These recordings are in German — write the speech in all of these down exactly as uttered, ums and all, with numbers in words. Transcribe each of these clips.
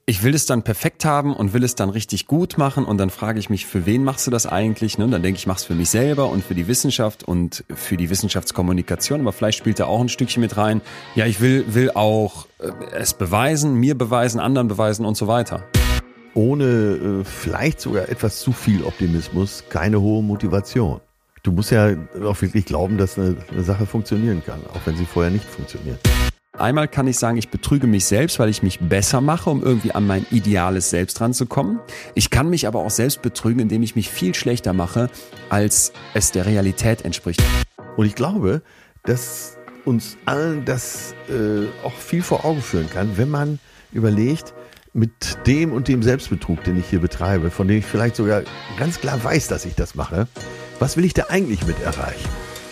ich will es dann perfekt haben und will es dann richtig gut machen und dann frage ich mich, für wen machst du das eigentlich? Ne? Dann denke ich, ich mache es für mich selber und für die Wissenschaft und für die Wissenschaftskommunikation, aber vielleicht spielt da auch ein Stückchen mit rein. Ja, ich will, will auch äh, es beweisen, mir beweisen, anderen beweisen und so weiter. Ohne äh, vielleicht sogar etwas zu viel Optimismus keine hohe Motivation. Du musst ja auch wirklich glauben, dass eine, eine Sache funktionieren kann, auch wenn sie vorher nicht funktioniert. Einmal kann ich sagen, ich betrüge mich selbst, weil ich mich besser mache, um irgendwie an mein ideales Selbst ranzukommen. Ich kann mich aber auch selbst betrügen, indem ich mich viel schlechter mache, als es der Realität entspricht. Und ich glaube, dass uns allen das äh, auch viel vor Augen führen kann, wenn man überlegt, mit dem und dem Selbstbetrug, den ich hier betreibe, von dem ich vielleicht sogar ganz klar weiß, dass ich das mache, was will ich da eigentlich mit erreichen?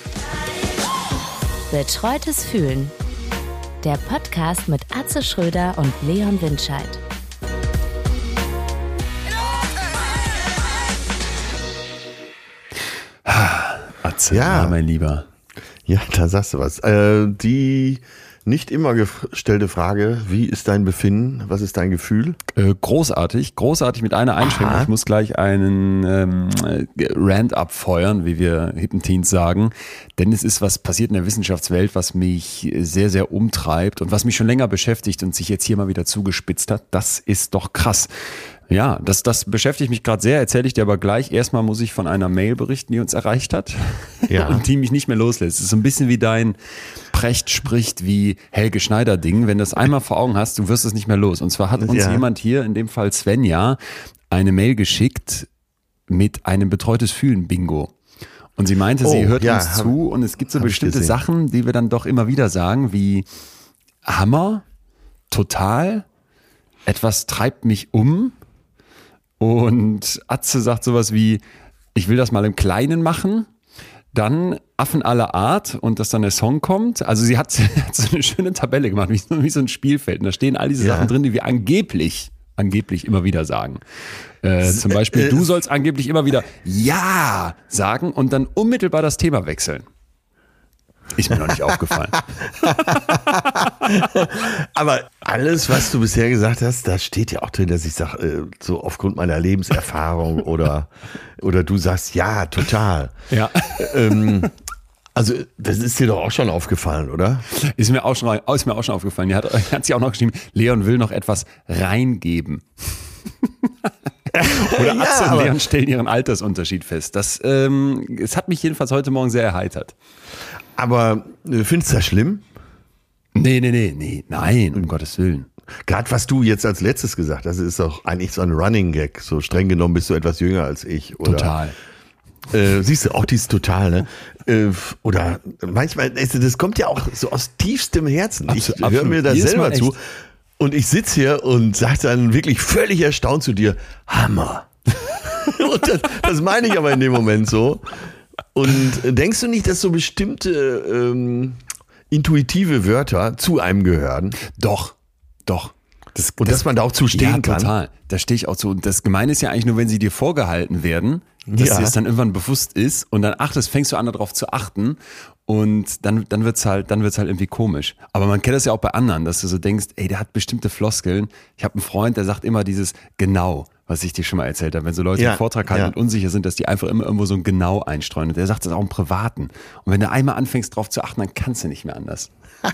Betreutes Fühlen. Der Podcast mit Atze Schröder und Leon Windscheid. Atze, ja, ja, mein Lieber. Ja, da sagst du was. Äh, die nicht immer gestellte Frage, wie ist dein Befinden, was ist dein Gefühl? Äh, großartig, großartig mit einer Einschränkung. Aha. Ich muss gleich einen ähm, Rant abfeuern, wie wir Hippenteens sagen, denn es ist was passiert in der Wissenschaftswelt, was mich sehr, sehr umtreibt und was mich schon länger beschäftigt und sich jetzt hier mal wieder zugespitzt hat. Das ist doch krass. Ja, das, das beschäftigt mich gerade sehr, erzähle ich dir aber gleich. Erstmal muss ich von einer Mail berichten, die uns erreicht hat, ja. Und die mich nicht mehr loslässt. Es ist so ein bisschen wie dein Precht spricht wie Helge Schneider Ding. Wenn du das einmal vor Augen hast, du wirst es nicht mehr los. Und zwar hat uns ja. jemand hier, in dem Fall Svenja, eine Mail geschickt mit einem betreutes Fühlen Bingo. Und sie meinte, oh, sie hört ja, uns hab, zu und es gibt so bestimmte Sachen, die wir dann doch immer wieder sagen, wie Hammer, total, etwas treibt mich um. Und Atze sagt sowas wie, ich will das mal im Kleinen machen, dann Affen aller Art und dass dann der Song kommt. Also sie hat, hat so eine schöne Tabelle gemacht, wie so, wie so ein Spielfeld. Und da stehen all diese ja. Sachen drin, die wir angeblich, angeblich immer wieder sagen. Äh, zum Beispiel, du sollst angeblich immer wieder Ja sagen und dann unmittelbar das Thema wechseln. Ist mir noch nicht aufgefallen. Aber alles, was du bisher gesagt hast, da steht ja auch drin, dass ich sage, äh, so aufgrund meiner Lebenserfahrung oder, oder du sagst, ja, total. Ja. Ähm, also das ist dir doch auch schon aufgefallen, oder? Ist mir auch schon, ist mir auch schon aufgefallen. Die hat, hat sich auch noch geschrieben, Leon will noch etwas reingeben. Oder Atze ja, und Leon stellen ihren Altersunterschied fest. Das, ähm, es hat mich jedenfalls heute Morgen sehr erheitert. Aber äh, findest du das schlimm? Nee, nee, nee, nee, nein, um Gottes Willen. Gerade was du jetzt als letztes gesagt hast, ist doch eigentlich so ein Running Gag. So streng genommen bist du etwas jünger als ich. Oder, total. Äh, siehst du, auch dieses total, ne? Äh, oder manchmal, das kommt ja auch so aus tiefstem Herzen. Absolut, ich höre mir das jedes selber Mal zu. echt. Und ich sitze hier und sage dann wirklich völlig erstaunt zu dir, Hammer. Und das, das meine ich aber in dem Moment so. Und denkst du nicht, dass so bestimmte ähm, intuitive Wörter zu einem gehören? Doch, doch. Das, und das, dass man da auch zu stehen ja, kann? Total, da stehe ich auch zu. Und das Gemeine ist ja eigentlich nur, wenn sie dir vorgehalten werden, dass ja. dir es dann irgendwann bewusst ist und dann achtest, fängst du an, darauf zu achten und dann, dann wird's halt, dann wird's halt irgendwie komisch. Aber man kennt das ja auch bei anderen, dass du so denkst, ey, der hat bestimmte Floskeln. Ich habe einen Freund, der sagt immer dieses genau, was ich dir schon mal erzählt habe. Wenn so Leute ja, einen Vortrag halten ja. und unsicher sind, dass die einfach immer irgendwo so ein genau einstreuen. Und der sagt das auch im Privaten. Und wenn du einmal anfängst, drauf zu achten, dann kannst du nicht mehr anders.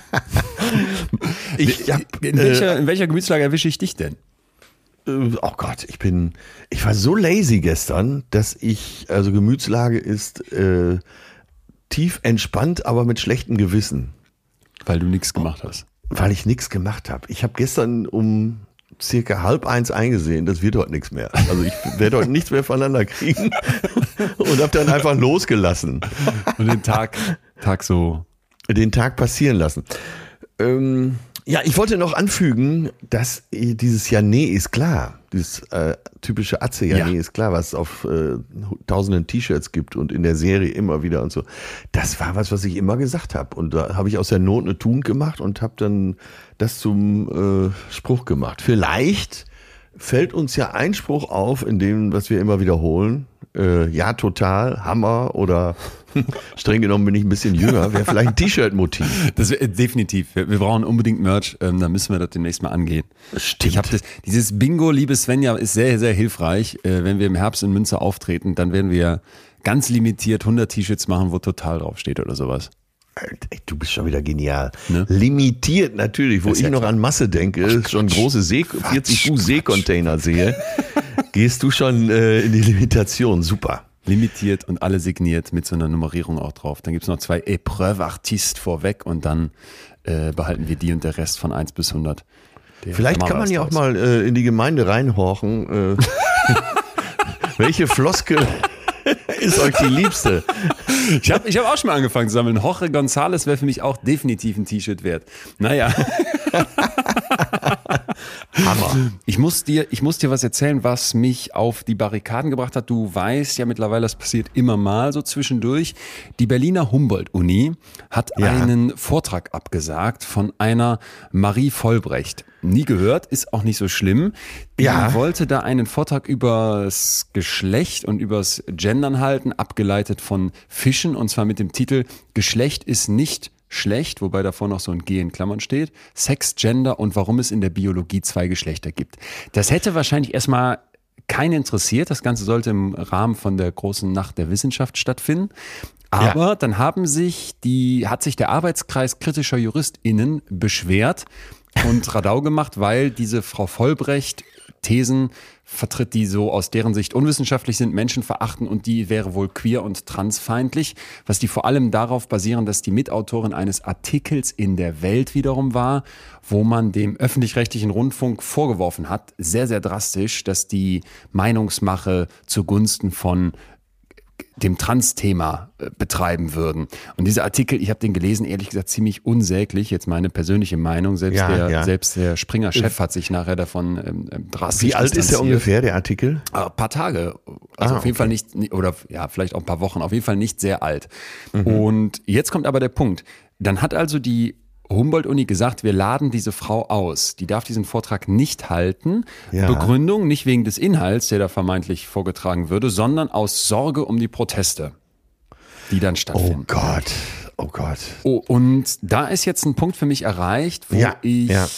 ich, ja, in, welcher, in welcher Gemütslage erwische ich dich denn? Oh Gott, ich bin, ich war so lazy gestern, dass ich, also Gemütslage ist äh, tief entspannt, aber mit schlechtem Gewissen. Weil du nichts gemacht hast. Weil ich nichts gemacht habe. Ich habe gestern um circa halb eins eingesehen, das wird heute nichts mehr. Also ich werde heute nichts mehr voneinander kriegen und habe dann einfach losgelassen. Und den Tag, Tag so. Den Tag passieren lassen. Ähm, Ja, ich wollte noch anfügen, dass dieses Ja, nee, ist klar, dieses äh, typische Atze, ja, ja, nee, ist klar, was es auf äh, tausenden T-Shirts gibt und in der Serie immer wieder und so. Das war was, was ich immer gesagt habe. Und da habe ich aus der Not eine Tugend gemacht und habe dann das zum äh, Spruch gemacht. Vielleicht fällt uns ja ein Spruch auf, in dem, was wir immer wiederholen, äh, ja total, Hammer oder streng genommen bin ich ein bisschen jünger, wäre vielleicht ein T-Shirt-Motiv. Das wär, definitiv. Wir, wir brauchen unbedingt Merch, ähm, da müssen wir das demnächst mal angehen. Stimmt. Ich hab das, dieses Bingo, liebe Svenja, ist sehr, sehr hilfreich. Äh, wenn wir im Herbst in Münster auftreten, dann werden wir ganz limitiert hundert T-Shirts machen, wo total draufsteht oder sowas. Ey, du bist schon wieder genial. Ne? Limitiert natürlich, wo ist ich ja noch klar. an Masse denke, Ach, schon große See, vierzig Fuß Seekontainer sehe, gehst du schon äh, in die Limitation. Super. Limitiert und alle signiert mit so einer Nummerierung auch drauf. Dann gibt's noch zwei Épreuve Artiste vorweg und dann äh, behalten wir die und der Rest von eins bis hundert. Der Vielleicht Kamera kann man ist ja auch raus. mal äh, in die Gemeinde reinhorchen. Äh, welche Floskel ist euch die liebste? Ich habe ich hab auch schon mal angefangen zu sammeln. Jorge González wäre für mich auch definitiv ein T-Shirt wert. Naja. Hammer. Ich muss dir, ich muss dir was erzählen, was mich auf die Barrikaden gebracht hat. Du weißt ja mittlerweile, das passiert immer mal so zwischendurch. Die Berliner Humboldt-Uni hat Ja. einen Vortrag abgesagt von einer Marie Vollbrecht. Nie gehört, ist auch nicht so schlimm. Die Ja. wollte da einen Vortrag übers Geschlecht und übers Gendern halten, abgeleitet von Fischen, und zwar mit dem Titel Geschlecht ist nicht schlecht, wobei davor noch so ein G in Klammern steht, Sex, Gender und warum es in der Biologie zwei Geschlechter gibt. Das hätte wahrscheinlich erstmal keinen interessiert. Das Ganze sollte im Rahmen von der großen Nacht der Wissenschaft stattfinden. Aber Ja. dann haben sich die, hat sich der Arbeitskreis kritischer JuristInnen beschwert und Radau gemacht, weil diese Frau Vollbrecht Thesen vertritt, die so aus deren Sicht unwissenschaftlich sind, Menschen verachten, und die wäre wohl queer und transfeindlich, was die vor allem darauf basieren, dass die Mitautorin eines Artikels in der Welt wiederum war, wo man dem öffentlich-rechtlichen Rundfunk vorgeworfen hat, sehr, sehr drastisch, dass die Meinungsmache zugunsten von dem Trans-Thema äh, betreiben würden. Und dieser Artikel, ich habe den gelesen, ehrlich gesagt ziemlich unsäglich, jetzt meine persönliche Meinung, selbst Ja, der, ja. selbst der Springer-Chef hat sich nachher davon ähm, ähm, drastisch Wie alt ist der distanziert. ungefähr, der Artikel? Ein paar Tage, also Ah, auf jeden okay. Fall nicht, oder ja, vielleicht auch ein paar Wochen, auf jeden Fall nicht sehr alt. Mhm. Und jetzt kommt aber der Punkt. Dann hat also die Humboldt-Uni gesagt, wir laden diese Frau aus. Die darf diesen Vortrag nicht halten. Ja. Begründung nicht wegen des Inhalts, der da vermeintlich vorgetragen würde, sondern aus Sorge um die Proteste, die dann Oh stattfinden. Gott, oh Gott. Oh, und da ist jetzt ein Punkt für mich erreicht, wo Ja, ich ja.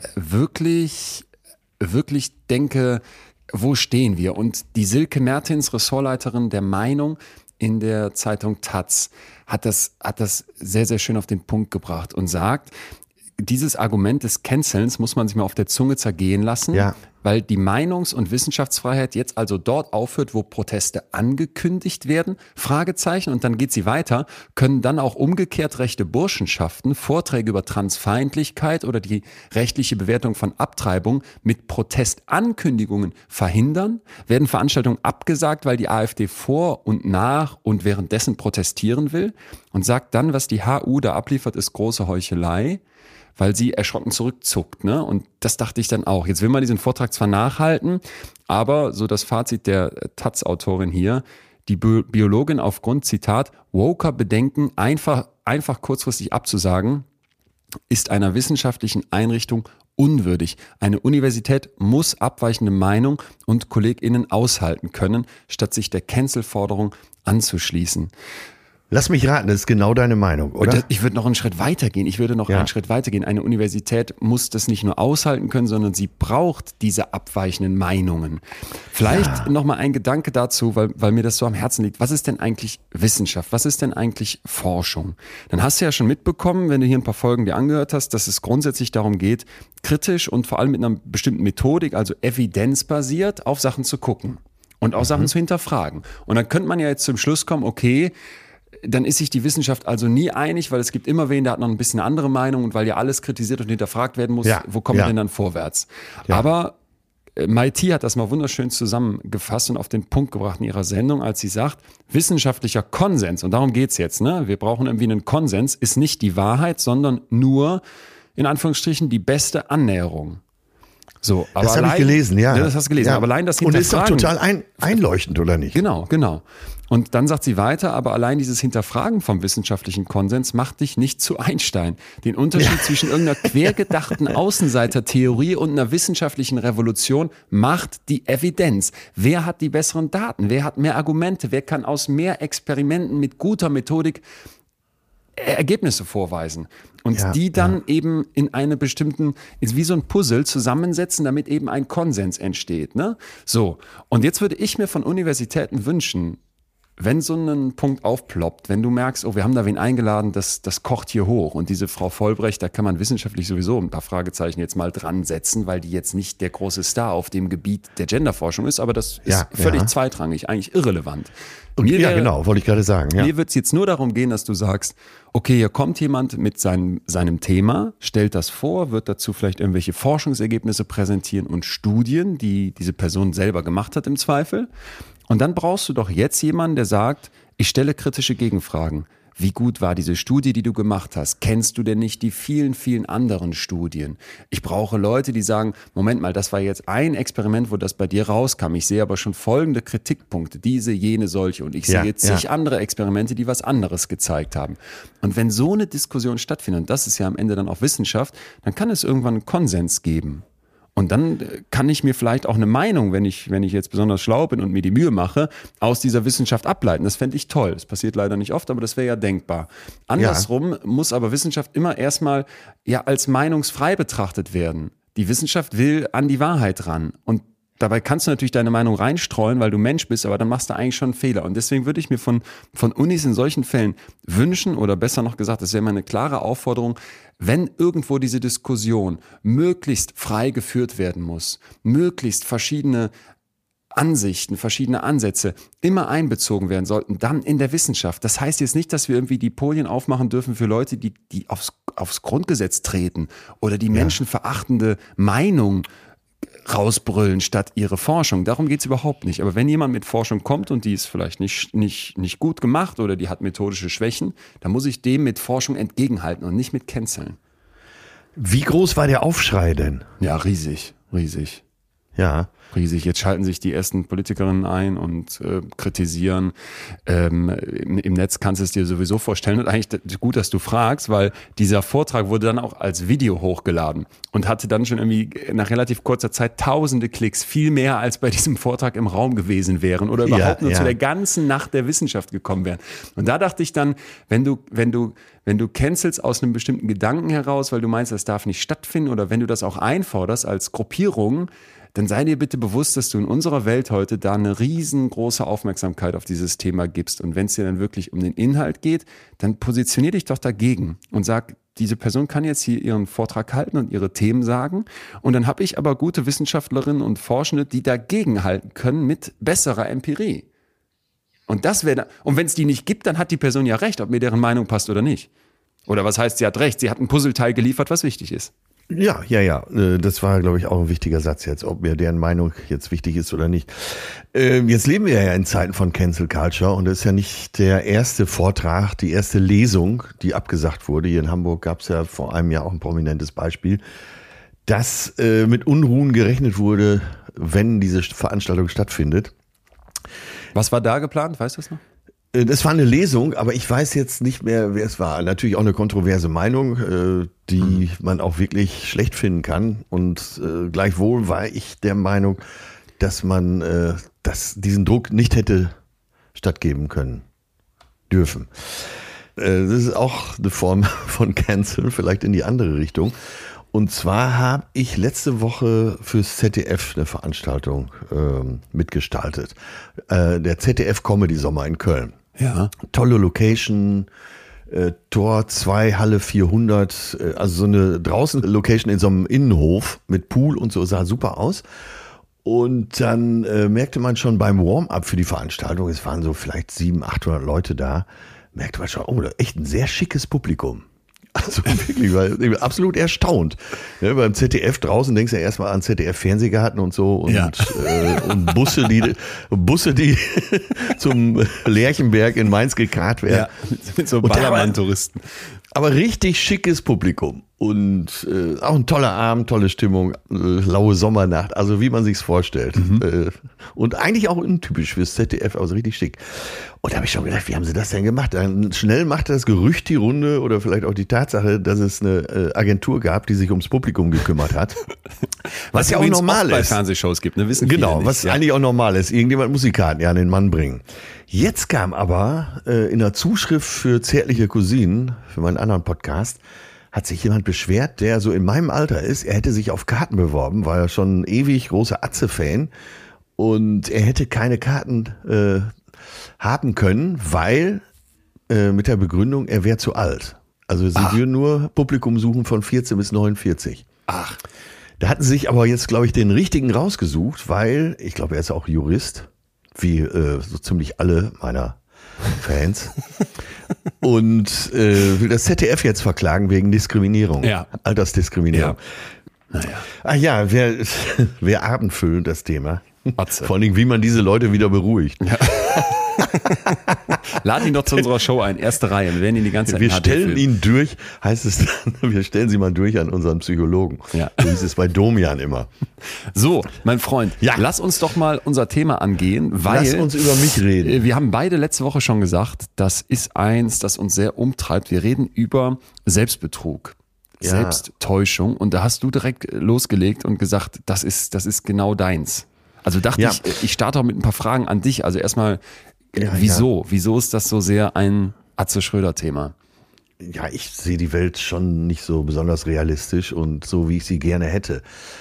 wirklich, wirklich denke, wo stehen wir? Und die Silke Mertins, Ressortleiterin der Meinung in der Zeitung Taz, hat das, hat das sehr, sehr schön auf den Punkt gebracht und sagt, dieses Argument des Cancelns muss man sich mal auf der Zunge zergehen lassen, Ja. weil die Meinungs- und Wissenschaftsfreiheit jetzt also dort aufhört, wo Proteste angekündigt werden, Fragezeichen, und dann geht sie weiter, können dann auch umgekehrt rechte Burschenschaften Vorträge über Transfeindlichkeit oder die rechtliche Bewertung von Abtreibung mit Protestankündigungen verhindern, werden Veranstaltungen abgesagt, weil die AfD vor und nach und währenddessen protestieren will, und sagt dann, was die H U da abliefert, ist große Heuchelei, weil sie erschrocken zurückzuckt, ne? Und das dachte ich dann auch. Jetzt will man diesen Vortrag zwar nachhalten, aber so das Fazit der Taz-Autorin hier, die Bi- Biologin aufgrund, Zitat, woker Bedenken einfach, einfach kurzfristig abzusagen, ist einer wissenschaftlichen Einrichtung unwürdig. Eine Universität muss abweichende Meinung und KollegInnen aushalten können, statt sich der Cancel-Forderung anzuschließen. Lass mich raten, das ist genau deine Meinung, Und oder? das, ich würde noch einen Schritt weiter gehen. Ich würde noch Ja. einen Schritt weiter gehen. Eine Universität muss das nicht nur aushalten können, sondern sie braucht diese abweichenden Meinungen. Vielleicht Ja. noch mal ein Gedanke dazu, weil, weil mir das so am Herzen liegt. Was ist denn eigentlich Wissenschaft? Was ist denn eigentlich Forschung? Dann hast du ja schon mitbekommen, wenn du hier ein paar Folgen dir angehört hast, dass es grundsätzlich darum geht, kritisch und vor allem mit einer bestimmten Methodik, also evidenzbasiert, auf Sachen zu gucken und auch Sachen zu hinterfragen. Und dann könnte man ja jetzt zum Schluss kommen, okay, dann ist sich die Wissenschaft also nie einig, weil es gibt immer wen, der hat noch ein bisschen eine andere Meinung, und weil ja alles kritisiert und hinterfragt werden muss, Ja, wo kommen ja. wir denn dann vorwärts? Ja. Aber äh, Maiti hat das mal wunderschön zusammengefasst und auf den Punkt gebracht in ihrer Sendung, als sie sagt, wissenschaftlicher Konsens, und darum geht's jetzt, ne? Wir brauchen irgendwie einen Konsens, ist nicht die Wahrheit, sondern nur, in Anführungsstrichen, die beste Annäherung. So, aber das habe ich gelesen, ja. Das hast du gelesen, ja. aber allein das Und Hinterfragen. ist doch total ein, einleuchtend, oder nicht? Genau, genau. Und dann sagt sie weiter, aber allein dieses Hinterfragen vom wissenschaftlichen Konsens macht dich nicht zu Einstein. Den Unterschied ja. zwischen irgendeiner quergedachten Außenseitertheorie und einer wissenschaftlichen Revolution macht die Evidenz. Wer hat die besseren Daten? Wer hat mehr Argumente? Wer kann aus mehr Experimenten mit guter Methodik Ergebnisse vorweisen und ja, die dann ja. eben in eine bestimmten, ist wie so ein Puzzle zusammensetzen, damit eben ein Konsens entsteht. Ne? So, und jetzt würde ich mir von Universitäten wünschen, wenn so ein Punkt aufploppt, wenn du merkst, oh, wir haben da wen eingeladen, das, das kocht hier hoch und diese Frau Vollbrecht, da kann man wissenschaftlich sowieso ein paar Fragezeichen jetzt mal dran setzen, weil die jetzt nicht der große Star auf dem Gebiet der Genderforschung ist, aber das ja, ist völlig ja. zweitrangig, eigentlich irrelevant. Und mir ja, wäre, genau, wollte ich gerade sagen. Ja. Mir wird es jetzt nur darum gehen, dass du sagst, okay, hier kommt jemand mit seinem, seinem Thema, stellt das vor, wird dazu vielleicht irgendwelche Forschungsergebnisse präsentieren und Studien, die diese Person selber gemacht hat im Zweifel. Und dann brauchst du doch jetzt jemanden, der sagt, ich stelle kritische Gegenfragen. Wie gut war diese Studie, die du gemacht hast? Kennst du denn nicht die vielen, vielen anderen Studien? Ich brauche Leute, die sagen, Moment mal, das war jetzt ein Experiment, wo das bei dir rauskam. Ich sehe aber schon folgende Kritikpunkte, diese, jene, solche. Und ich sehe ja, jetzt zig ja. andere Experimente, die was anderes gezeigt haben. Und wenn so eine Diskussion stattfindet, und das ist ja am Ende dann auch Wissenschaft, dann kann es irgendwann einen Konsens geben. Und dann kann ich mir vielleicht auch eine Meinung, wenn ich, wenn ich jetzt besonders schlau bin und mir die Mühe mache, aus dieser Wissenschaft ableiten. Das fände ich toll. Das passiert leider nicht oft, aber das wäre ja denkbar. Andersrum ja. muss aber Wissenschaft immer erstmal ja als meinungsfrei betrachtet werden. Die Wissenschaft will an die Wahrheit ran. Und dabei kannst du natürlich deine Meinung reinstreuen, weil du Mensch bist, aber dann machst du eigentlich schon einen Fehler. Und deswegen würde ich mir von, von Unis in solchen Fällen wünschen, oder besser noch gesagt, das wäre meine klare Aufforderung, wenn irgendwo diese Diskussion möglichst frei geführt werden muss, möglichst verschiedene Ansichten, verschiedene Ansätze immer einbezogen werden sollten, dann in der Wissenschaft. Das heißt jetzt nicht, dass wir irgendwie die Podien aufmachen dürfen für Leute, die, die aufs, aufs Grundgesetz treten oder die menschenverachtende Meinung rausbrüllen statt ihre Forschung. Darum geht's überhaupt nicht. Aber wenn jemand mit Forschung kommt und die ist vielleicht nicht, nicht, nicht gut gemacht oder die hat methodische Schwächen, dann muss ich dem mit Forschung entgegenhalten und nicht mit canceln. Wie groß war der Aufschrei denn? Ja, riesig, riesig. Ja. Riesig. Jetzt schalten sich die ersten Politikerinnen ein und äh, kritisieren. Ähm, im, Im Netz kannst du es dir sowieso vorstellen. Und eigentlich gut, dass du fragst, weil dieser Vortrag wurde dann auch als Video hochgeladen und hatte dann schon irgendwie nach relativ kurzer Zeit tausende Klicks, viel mehr als bei diesem Vortrag im Raum gewesen wären oder überhaupt ja, nur ja. zu der ganzen Nacht der Wissenschaft gekommen wären. Und da dachte ich dann, wenn du, wenn du, wenn du cancelst aus einem bestimmten Gedanken heraus, weil du meinst, das darf nicht stattfinden, oder wenn du das auch einforderst als Gruppierung, dann sei dir bitte bewusst, dass du in unserer Welt heute da eine riesengroße Aufmerksamkeit auf dieses Thema gibst. Und wenn es dir dann wirklich um den Inhalt geht, dann positionier dich doch dagegen und sag, diese Person kann jetzt hier ihren Vortrag halten und ihre Themen sagen. Und dann habe ich aber gute Wissenschaftlerinnen und Forschende, die dagegen halten können mit besserer Empirie. Und das wäre, und wenn es die nicht gibt, dann hat die Person ja recht, ob mir deren Meinung passt oder nicht. Oder was heißt, sie hat recht, sie hat ein Puzzleteil geliefert, was wichtig ist. Ja, ja, ja. Das war, glaube ich, auch ein wichtiger Satz jetzt, ob mir deren Meinung jetzt wichtig ist oder nicht. Jetzt leben wir ja in Zeiten von Cancel Culture und das ist ja nicht der erste Vortrag, die erste Lesung, die abgesagt wurde. Hier in Hamburg gab es ja vor einem Jahr auch ein prominentes Beispiel, dass mit Unruhen gerechnet wurde, wenn diese Veranstaltung stattfindet. Was war da geplant? Weißt du das noch? Das war eine Lesung, aber ich weiß jetzt nicht mehr, wer es war. Natürlich auch eine kontroverse Meinung, die mhm. man auch wirklich schlecht finden kann. Und gleichwohl war ich der Meinung, dass man dass diesen Druck nicht hätte stattgeben können, dürfen. Das ist auch eine Form von Cancel, vielleicht in die andere Richtung. Und zwar habe ich letzte Woche fürs Z D F eine Veranstaltung ähm, mitgestaltet. Äh, der Z D F Comedy Sommer in Köln. Ja. Tolle Location, äh, Tor zwei, Halle vierhundert, äh, also so eine draußen Location in so einem Innenhof mit Pool und so, sah super aus. Und dann äh, merkte man schon beim Warm-up für die Veranstaltung, es waren so vielleicht siebenhundert, achthundert Leute da, merkte man schon, oh, echt ein sehr schickes Publikum. Also wirklich, weil ich bin absolut erstaunt. Ja, beim Z D F draußen denkst du ja erstmal an Z D F-Fernsehgarten und so und, ja. äh, und Busse, die Busse, die zum Lerchenberg in Mainz gekarrt werden. Ja, mit so Ballermann-Touristen. Aber richtig schickes Publikum und äh, auch ein toller Abend, tolle Stimmung, äh, laue Sommernacht, also wie man sich's vorstellt. Mhm. Äh, und eigentlich auch untypisch fürs Z D F, also richtig schick. Und da habe ich schon gedacht, wie haben sie das denn gemacht? Dann schnell machte das Gerücht die Runde oder vielleicht auch die Tatsache, dass es eine äh, Agentur gab, die sich ums Publikum gekümmert hat. Was, was ja auch normal ist. Bei Fernsehshows gibt, ne? Wissen genau, nicht, was ja. eigentlich auch normal ist. Irgendjemand muss die Karten ja an den Mann bringen. Jetzt kam aber äh, in der Zuschrift für Zärtliche Cousinen, für meinen anderen Podcast, hat sich jemand beschwert, der so in meinem Alter ist. Er hätte sich auf Karten beworben, war ja schon ein ewig großer Atze-Fan. Und er hätte keine Karten äh, haben können, weil äh, mit der Begründung, er wäre zu alt. Also sie Ach. würden nur Publikum suchen von vierzehn bis neunundvierzig. Ach. Da hatten sie sich aber jetzt, glaube ich, den richtigen rausgesucht, weil, ich glaube, er ist auch Jurist, wie äh, so ziemlich alle meiner Fans. Und äh, will das Z D F jetzt verklagen wegen Diskriminierung. Ja. Altersdiskriminierung. Ja. Naja. Ach ja, wäre wär abendfüllend das Thema. Atze. Vor allem, wie man diese Leute wieder beruhigt. Ja. Laden ihn doch zu unserer Show ein, erste Reihe. Wir werden ihn die ganze Zeit Wir stellen ihn durch, heißt es dann, wir stellen sie mal durch an unseren Psychologen. Ja. So hieß es bei Domian immer. So, mein Freund, ja. lass uns doch mal unser Thema angehen, weil lass uns über mich reden. Wir haben beide letzte Woche schon gesagt, das ist eins, das uns sehr umtreibt. Wir reden über Selbstbetrug. Ja. Selbsttäuschung. Und da hast du direkt losgelegt und gesagt, das ist, das ist genau deins. Also dachte ja. ich, ich starte auch mit ein paar Fragen an dich. Also erstmal, ja, wieso? Ja. Wieso ist das so sehr ein Atze Schröder-Thema? Ja, ich sehe die Welt schon nicht so besonders realistisch und so, wie ich sie gerne hätte.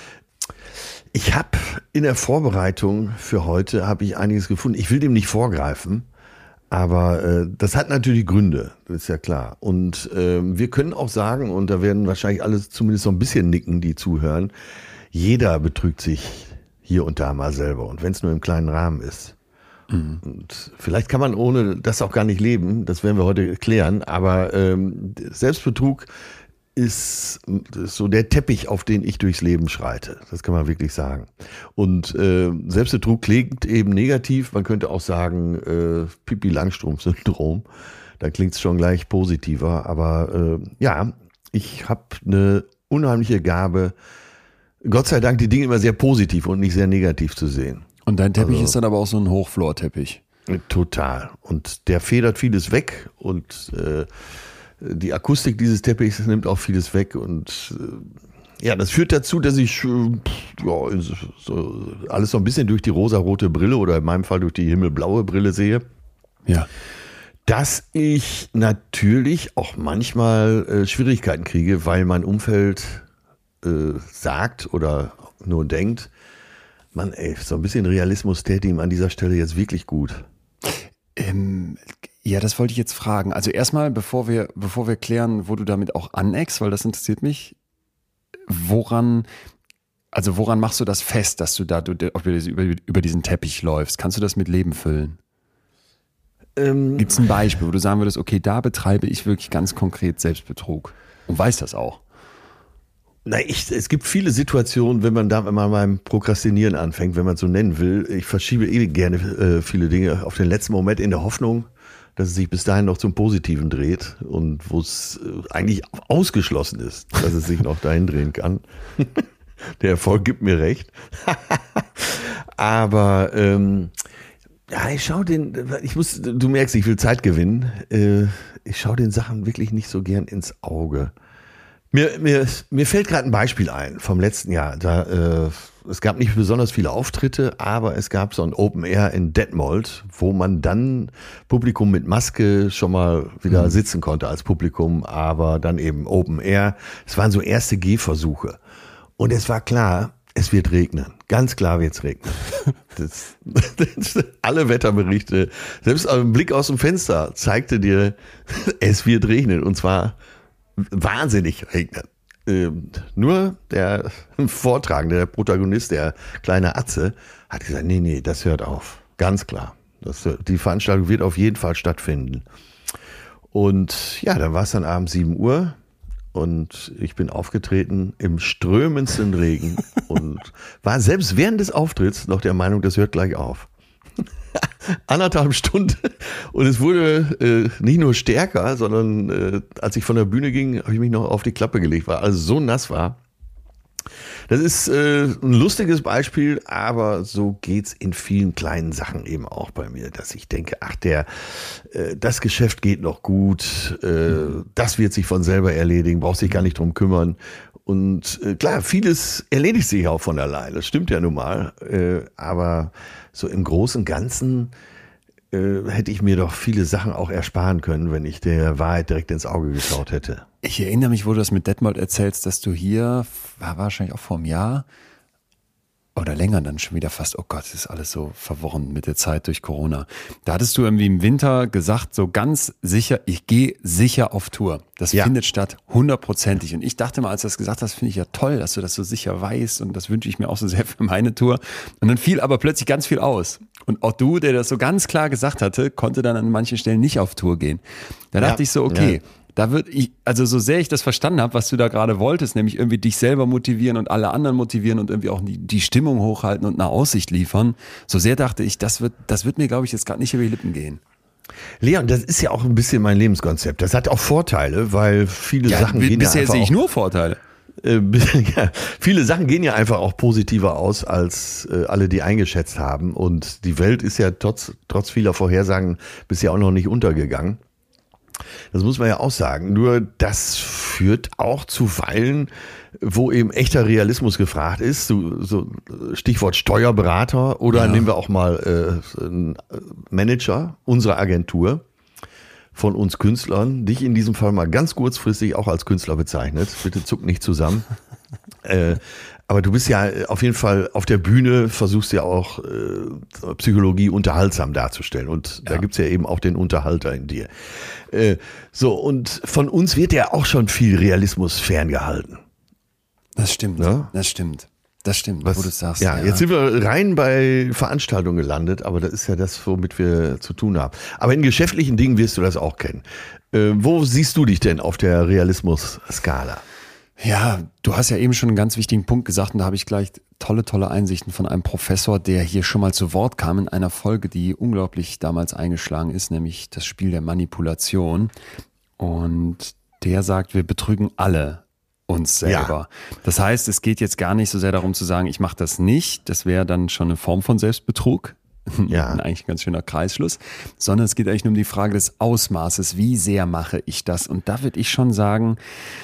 Ich habe in der Vorbereitung für heute habe ich einiges gefunden. Ich will dem nicht vorgreifen, aber äh, das hat natürlich Gründe, das ist ja klar. Und äh, wir können auch sagen, und da werden wahrscheinlich alle zumindest so ein bisschen nicken, die zuhören, jeder betrügt sich hier und da mal selber. Und wenn es nur im kleinen Rahmen ist. Mhm. Und vielleicht kann man ohne das auch gar nicht leben, das werden wir heute klären, aber ähm, Selbstbetrug ist, ist so der Teppich, auf den ich durchs Leben schreite. Das kann man wirklich sagen. Und äh, Selbstbetrug klingt eben negativ, man könnte auch sagen äh, Pipi-Langstrumpf-Syndrom. Da klingt es schon gleich positiver, aber äh, ja, ich habe eine unheimliche Gabe, Gott sei Dank die Dinge immer sehr positiv und nicht sehr negativ zu sehen. Und dein Teppich also, ist dann aber auch so ein Hochflor-Teppich. Total. Und der federt vieles weg und äh, die Akustik dieses Teppichs nimmt auch vieles weg. Und äh, ja, das führt dazu, dass ich äh, ja, so, alles so ein bisschen durch die rosarote Brille oder in meinem Fall durch die himmelblaue Brille sehe. Ja. Dass ich natürlich auch manchmal äh, Schwierigkeiten kriege, weil mein Umfeld äh, sagt oder nur denkt, Mann, ey, so ein bisschen Realismus täte ihm an dieser Stelle jetzt wirklich gut. Ähm, ja, das wollte ich jetzt fragen. Also erstmal, bevor wir, bevor wir klären, wo du damit auch aneckst, weil das interessiert mich, woran, also woran machst du das fest, dass du da du, über, über diesen Teppich läufst? Kannst du das mit Leben füllen? Ähm, Gibt es ein Beispiel, wo du sagen würdest, okay, da betreibe ich wirklich ganz konkret Selbstbetrug und weiß das auch? Na, ich, es gibt viele Situationen, wenn man da mal beim Prokrastinieren anfängt, wenn man es so nennen will. Ich verschiebe ewig gerne äh, viele Dinge auf den letzten Moment in der Hoffnung, dass es sich bis dahin noch zum Positiven dreht und wo es äh, eigentlich ausgeschlossen ist, dass es sich noch dahin drehen kann. Der Erfolg gibt mir recht. Aber ähm, ja, ich schaue den, ich muss, du merkst, ich will Zeit gewinnen. Äh, ich schaue den Sachen wirklich nicht so gern ins Auge. Mir, mir, mir fällt gerade ein Beispiel ein vom letzten Jahr. Da, äh, es gab nicht besonders viele Auftritte, aber es gab so ein Open Air in Detmold, wo man dann Publikum mit Maske schon mal wieder mhm. sitzen konnte als Publikum, aber dann eben Open Air. Es waren so erste Gehversuche. Und es war klar, es wird regnen. Ganz klar wird es regnen. Das, das, alle Wetterberichte, selbst ein Blick aus dem Fenster zeigte dir, es wird regnen. Und zwar wahnsinnig regnen. Ähm, nur der Vortragende, der Protagonist, der kleine Atze, hat gesagt, nee, nee, das hört auf. Ganz klar. Das, die Veranstaltung wird auf jeden Fall stattfinden. Und ja, dann war es dann abends sieben Uhr und ich bin aufgetreten im strömendsten Regen und war selbst während des Auftritts noch der Meinung, das hört gleich auf. anderthalb Stunden und es wurde äh, nicht nur stärker, sondern äh, als ich von der Bühne ging, habe ich mich noch auf die Klappe gelegt, weil alles so nass war. Das ist äh, ein lustiges Beispiel, aber so geht's in vielen kleinen Sachen eben auch bei mir, dass ich denke, ach, der, äh, das Geschäft geht noch gut, äh, das wird sich von selber erledigen, braucht sich gar nicht drum kümmern. Und äh, klar, vieles erledigt sich auch von alleine, das stimmt ja nun mal, äh, aber so im Großen und Ganzen äh, hätte ich mir doch viele Sachen auch ersparen können, wenn ich der Wahrheit direkt ins Auge geschaut hätte. Ich erinnere mich, wo du das mit Detmold erzählst, dass du hier, war wahrscheinlich auch vor einem Jahr oder länger dann schon wieder fast, oh Gott, das ist alles so verworren mit der Zeit durch Corona. Da hattest du irgendwie im Winter gesagt, so ganz sicher, ich gehe sicher auf Tour. Das ja. findet statt, hundertprozentig. Und ich dachte mal, als du das gesagt hast, finde ich ja toll, dass du das so sicher weißt und das wünsche ich mir auch so sehr für meine Tour. Und dann fiel aber plötzlich ganz viel aus. Und auch du, der das so ganz klar gesagt hatte, konnte dann an manchen Stellen nicht auf Tour gehen. Da dachte ja. ich so, okay, ja. Da wird ich, also so sehr ich das verstanden habe, was du da gerade wolltest, nämlich irgendwie dich selber motivieren und alle anderen motivieren und irgendwie auch die, die Stimmung hochhalten und eine Aussicht liefern, so sehr dachte ich, das wird, das wird mir, glaube ich, jetzt gerade nicht über die Lippen gehen. Leon, das ist ja auch ein bisschen mein Lebenskonzept. Das hat auch Vorteile, weil viele ja, Sachen b- gehen bisher ja einfach sehe ich auch, nur Vorteile. Äh, ja, viele Sachen gehen ja einfach auch positiver aus, als äh, alle die eingeschätzt haben. Und die Welt ist ja trotz, trotz vieler Vorhersagen bisher auch noch nicht untergegangen. Das muss man ja auch sagen. Nur das führt auch zuweilen, wo eben echter Realismus gefragt ist. So, so Stichwort Steuerberater oder ja. nehmen wir auch mal äh, einen Manager unserer Agentur von uns Künstlern. Dich in diesem Fall mal ganz kurzfristig auch als Künstler bezeichnet. Bitte zuck nicht zusammen. äh, Aber du bist ja auf jeden Fall auf der Bühne, versuchst ja auch äh, Psychologie unterhaltsam darzustellen. Und ja. da gibt's ja eben auch den Unterhalter in dir. Äh, so, und von uns wird ja auch schon viel Realismus ferngehalten. Das stimmt, ja? das stimmt. Das stimmt, Was, wo du es sagst. Ja, ja, jetzt sind wir rein bei Veranstaltungen gelandet, aber das ist ja das, womit wir zu tun haben. Aber in geschäftlichen Dingen wirst du das auch kennen. Äh, wo siehst du dich denn auf der Realismus-Skala? Ja, du hast ja eben schon einen ganz wichtigen Punkt gesagt und da habe ich gleich tolle, tolle Einsichten von einem Professor, der hier schon mal zu Wort kam in einer Folge, die unglaublich damals eingeschlagen ist, nämlich das Spiel der Manipulation. Und der sagt, wir betrügen alle uns selber. Ja. Das heißt, es geht jetzt gar nicht so sehr darum zu sagen, ich mache das nicht, das wäre dann schon eine Form von Selbstbetrug. Ja. Eigentlich ein ganz schöner Kreisschluss, sondern es geht eigentlich nur um die Frage des Ausmaßes, wie sehr mache ich das? Und da würde ich schon sagen,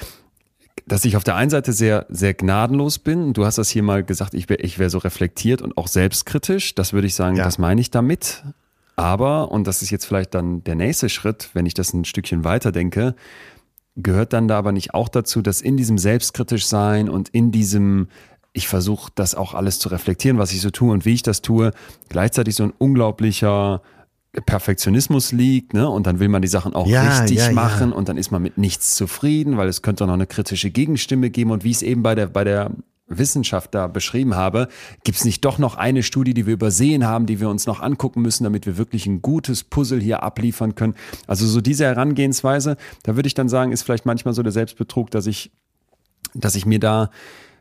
dass ich auf der einen Seite sehr, sehr gnadenlos bin. Du hast das hier mal gesagt, ich wäre ich wär so reflektiert und auch selbstkritisch. Das würde ich sagen, ja. das meine ich damit. Aber, und das ist jetzt vielleicht dann der nächste Schritt, wenn ich das ein Stückchen weiter denke, gehört dann da aber nicht auch dazu, dass in diesem selbstkritisch sein und in diesem, ich versuche das auch alles zu reflektieren, was ich so tue und wie ich das tue, gleichzeitig so ein unglaublicher Perfektionismus liegt, ne? Und dann will man die Sachen auch ja, richtig ja, machen ja. und dann ist man mit nichts zufrieden, weil es könnte noch eine kritische Gegenstimme geben und wie ich es eben bei der, bei der Wissenschaft da beschrieben habe, gibt es nicht doch noch eine Studie, die wir übersehen haben, die wir uns noch angucken müssen, damit wir wirklich ein gutes Puzzle hier abliefern können. Also so diese Herangehensweise, da würde ich dann sagen, ist vielleicht manchmal so der Selbstbetrug, dass ich, dass ich mir da,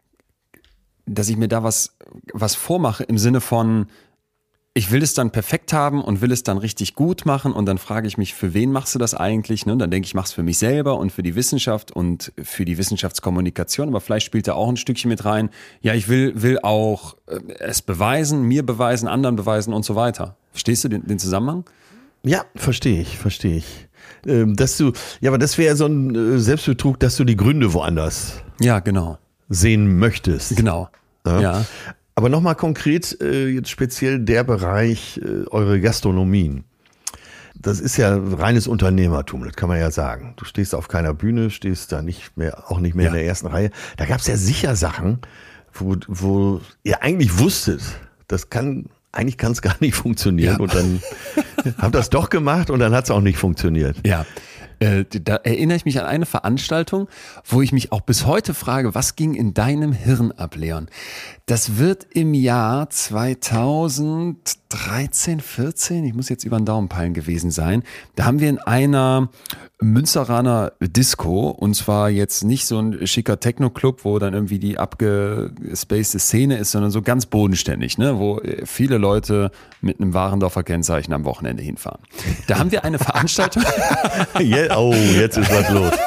dass ich mir da was, was vormache im Sinne von, ich will es dann perfekt haben und will es dann richtig gut machen und dann frage ich mich, für wen machst du das eigentlich? Ne? Und dann denke ich, ich mache es für mich selber und für die Wissenschaft und für die Wissenschaftskommunikation, aber vielleicht spielt da auch ein Stückchen mit rein. Ja, ich will, will auch es beweisen, mir beweisen, anderen beweisen und so weiter. Verstehst du den, den Zusammenhang? Ja, verstehe ich, verstehe ich. Ähm, dass du, ja, aber das wäre so ein Selbstbetrug, dass du die Gründe woanders ja, genau. sehen möchtest. Genau, ja. ja. Aber nochmal konkret, äh, jetzt speziell der Bereich, äh, eure Gastronomien. Das ist ja reines Unternehmertum, das kann man ja sagen. Du stehst auf keiner Bühne, stehst da nicht mehr, auch nicht mehr ja. in der ersten Reihe. Da gab es ja sicher Sachen, wo, wo ihr eigentlich wusstet, das kann, eigentlich kann es gar nicht funktionieren. Ja. Und dann habt ihr das doch gemacht und dann hat es auch nicht funktioniert. Ja. Äh, da erinnere ich mich an eine Veranstaltung, wo ich mich auch bis heute frage, was ging in deinem Hirn ab, Leon? Das wird im Jahr zweitausenddreizehn, vierzehn, ich muss jetzt über den Daumen peilen gewesen sein. Da haben wir in einer Münsteraner Disco, und zwar jetzt nicht so ein schicker Techno-Club, wo dann irgendwie die abgespacede Szene ist, sondern so ganz bodenständig, ne, wo viele Leute mit einem Warendorfer Kennzeichen am Wochenende hinfahren. Da haben wir eine Veranstaltung. Oh, jetzt ist was los.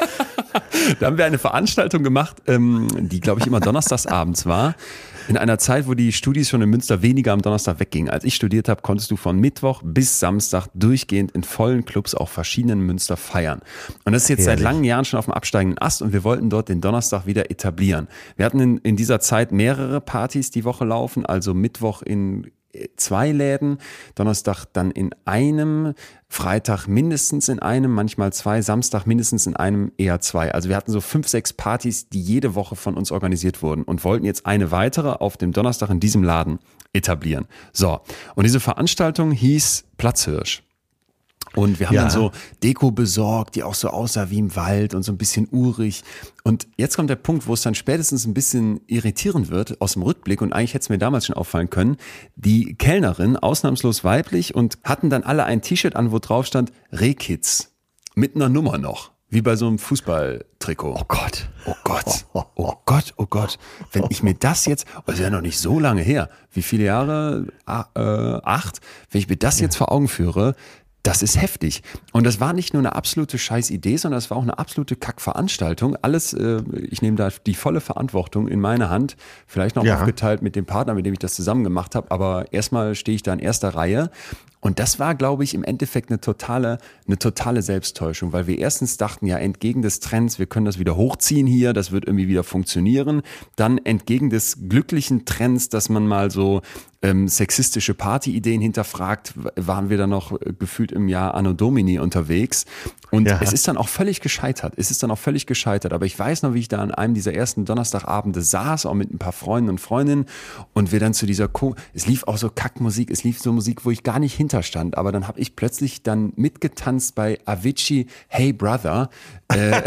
Da haben wir eine Veranstaltung gemacht, die, glaube ich, immer donnerstags abends war. In einer Zeit, wo die Studis schon in Münster weniger am Donnerstag weggingen. Als ich studiert habe, konntest du von Mittwoch bis Samstag durchgehend in vollen Clubs auch verschiedenen Münster feiern. Und das ist jetzt Herrlich. Seit langen Jahren schon auf dem absteigenden Ast, und wir wollten dort den Donnerstag wieder etablieren. Wir hatten in, in dieser Zeit mehrere Partys die Woche laufen, also Mittwoch in zwei Läden, Donnerstag dann in einem, Freitag mindestens in einem, manchmal zwei, Samstag mindestens in einem, eher zwei. Also wir hatten so fünf, sechs Partys, die jede Woche von uns organisiert wurden, und wollten jetzt eine weitere auf dem Donnerstag in diesem Laden etablieren. So, und diese Veranstaltung hieß Platzhirsch. Und wir haben ja. dann so Deko besorgt, die auch so aussah wie im Wald und so ein bisschen urig. Und jetzt kommt der Punkt, wo es dann spätestens ein bisschen irritierend wird aus dem Rückblick. Und eigentlich hätte es mir damals schon auffallen können. Die Kellnerin, ausnahmslos weiblich, und hatten dann alle ein T-Shirt an, wo drauf stand Rehkids. Mit einer Nummer noch. Wie bei so einem Fußballtrikot. Oh Gott. Oh Gott. Oh Gott, oh Gott. Wenn ich mir das jetzt, oh, das ist ja noch nicht so lange her. Wie viele Jahre? Ah, äh, acht. Wenn ich mir das jetzt vor Augen führe, das ist heftig. Und das war nicht nur eine absolute Scheißidee, sondern das war auch eine absolute Kackveranstaltung. Alles, äh, ich nehme da die volle Verantwortung in meine Hand. Vielleicht noch ja. aufgeteilt mit dem Partner, mit dem ich das zusammen gemacht habe. Aber erstmal stehe ich da in erster Reihe. Und das war, glaube ich, im Endeffekt eine totale, eine totale Selbsttäuschung, weil wir erstens dachten, ja, entgegen des Trends, wir können das wieder hochziehen hier, das wird irgendwie wieder funktionieren. Dann entgegen des glücklichen Trends, dass man mal so ähm, sexistische Partyideen hinterfragt, waren wir dann noch gefühlt im Jahr Anno Domini unterwegs. Und ja. es ist dann auch völlig gescheitert. Es ist dann auch völlig gescheitert. Aber ich weiß noch, wie ich da an einem dieser ersten Donnerstagabende saß, auch mit ein paar Freunden und Freundinnen, und wir dann zu dieser, Co- es lief auch so Kackmusik, es lief so Musik, wo ich gar nicht hinterstand. Aber dann habe ich plötzlich dann mitgetanzt bei Avicii, Hey Brother. Äh,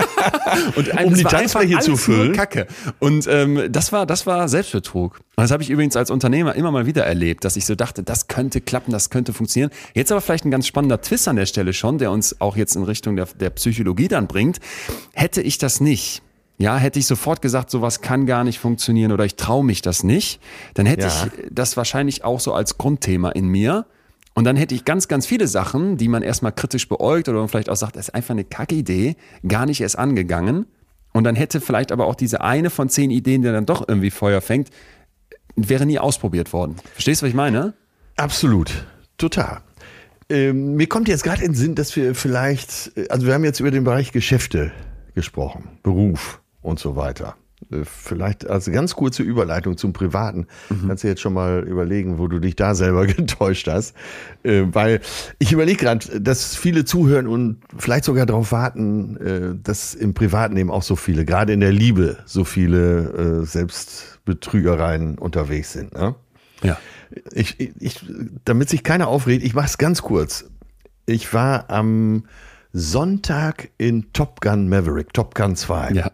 und ein, um die Tanzfläche zu füllen. Kacke. Und ähm, das war, das war Selbstbetrug. Und das habe ich übrigens als Unternehmer immer mal wieder erlebt, dass ich so dachte, das könnte klappen, das könnte funktionieren. Jetzt aber vielleicht ein ganz spannender Twist an der Stelle schon, der uns auch jetzt in Richtung der, der Psychologie dann bringt. Hätte ich das nicht, ja, hätte ich sofort gesagt, sowas kann gar nicht funktionieren oder ich traue mich das nicht, dann hätte ja. ich das wahrscheinlich auch so als Grundthema in mir. Und dann hätte ich ganz, ganz viele Sachen, die man erstmal kritisch beäugt oder man vielleicht auch sagt, das ist einfach eine Kackidee, gar nicht erst angegangen. Und dann hätte vielleicht aber auch diese eine von zehn Ideen, die dann doch irgendwie Feuer fängt, wäre nie ausprobiert worden. Verstehst du, was ich meine? Absolut. Total. Ähm, mir kommt jetzt gerade in den Sinn, dass wir vielleicht, also wir haben jetzt über den Bereich Geschäfte gesprochen, Beruf und so weiter. Vielleicht als ganz kurze Überleitung zum Privaten. Mhm. Kannst du jetzt schon mal überlegen, wo du dich da selber getäuscht hast. Äh, weil ich überlege gerade, dass viele zuhören und vielleicht sogar darauf warten, äh, dass im Privaten eben auch so viele, gerade in der Liebe, so viele äh, Selbstbetrügereien unterwegs sind. Ne? Ja. Ich, ich, damit sich keiner aufregt, ich mache es ganz kurz. Ich war am Sonntag in Top Gun Maverick, Top Gun zwei. Ja.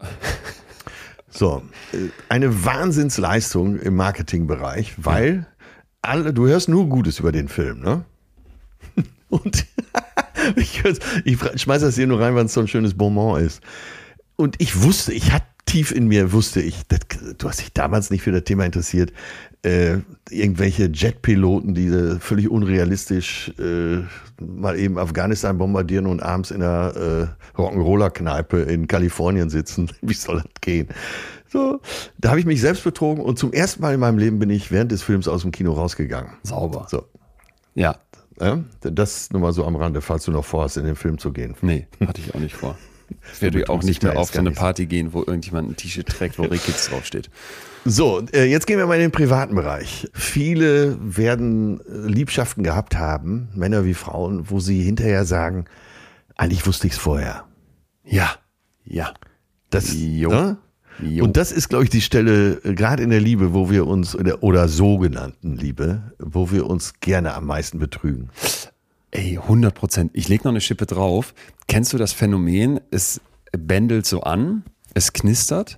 So, eine Wahnsinnsleistung im Marketingbereich, weil alle, du hörst nur Gutes über den Film, ne? Und ich, ich schmeiß das hier nur rein, weil es so ein schönes Bonbon ist. Und ich wusste, ich hatte tief in mir, wusste ich, das, du hast dich damals nicht für das Thema interessiert, äh, irgendwelche Jetpiloten, die äh, völlig unrealistisch äh, mal eben Afghanistan bombardieren und abends in einer äh, Rock'n'Roller-Kneipe in Kalifornien sitzen. Wie soll das gehen? So, da habe ich mich selbst betrogen und zum ersten Mal in meinem Leben bin ich während des Films aus dem Kino rausgegangen. Sauber. So. Ja. Ja, das nur mal so am Rande, falls du noch vorhast, in den Film zu gehen. Nee, hatte ich auch nicht vor. Ich werde auch nicht mehr auf so eine Party gehen, wo irgendjemand ein T-Shirt trägt, wo Rehkids draufsteht. So, jetzt gehen wir mal in den privaten Bereich. Viele werden Liebschaften gehabt haben, Männer wie Frauen, wo sie hinterher sagen, eigentlich wusste ich es vorher. Ja, ja. Das, jo. Ne? Jo. Und das ist, glaube ich, die Stelle, gerade in der Liebe, wo wir uns, oder sogenannten Liebe, wo wir uns gerne am meisten betrügen. Ey, hundert Prozent. Ich lege noch eine Schippe drauf. Kennst du das Phänomen? Es bändelt so an, es knistert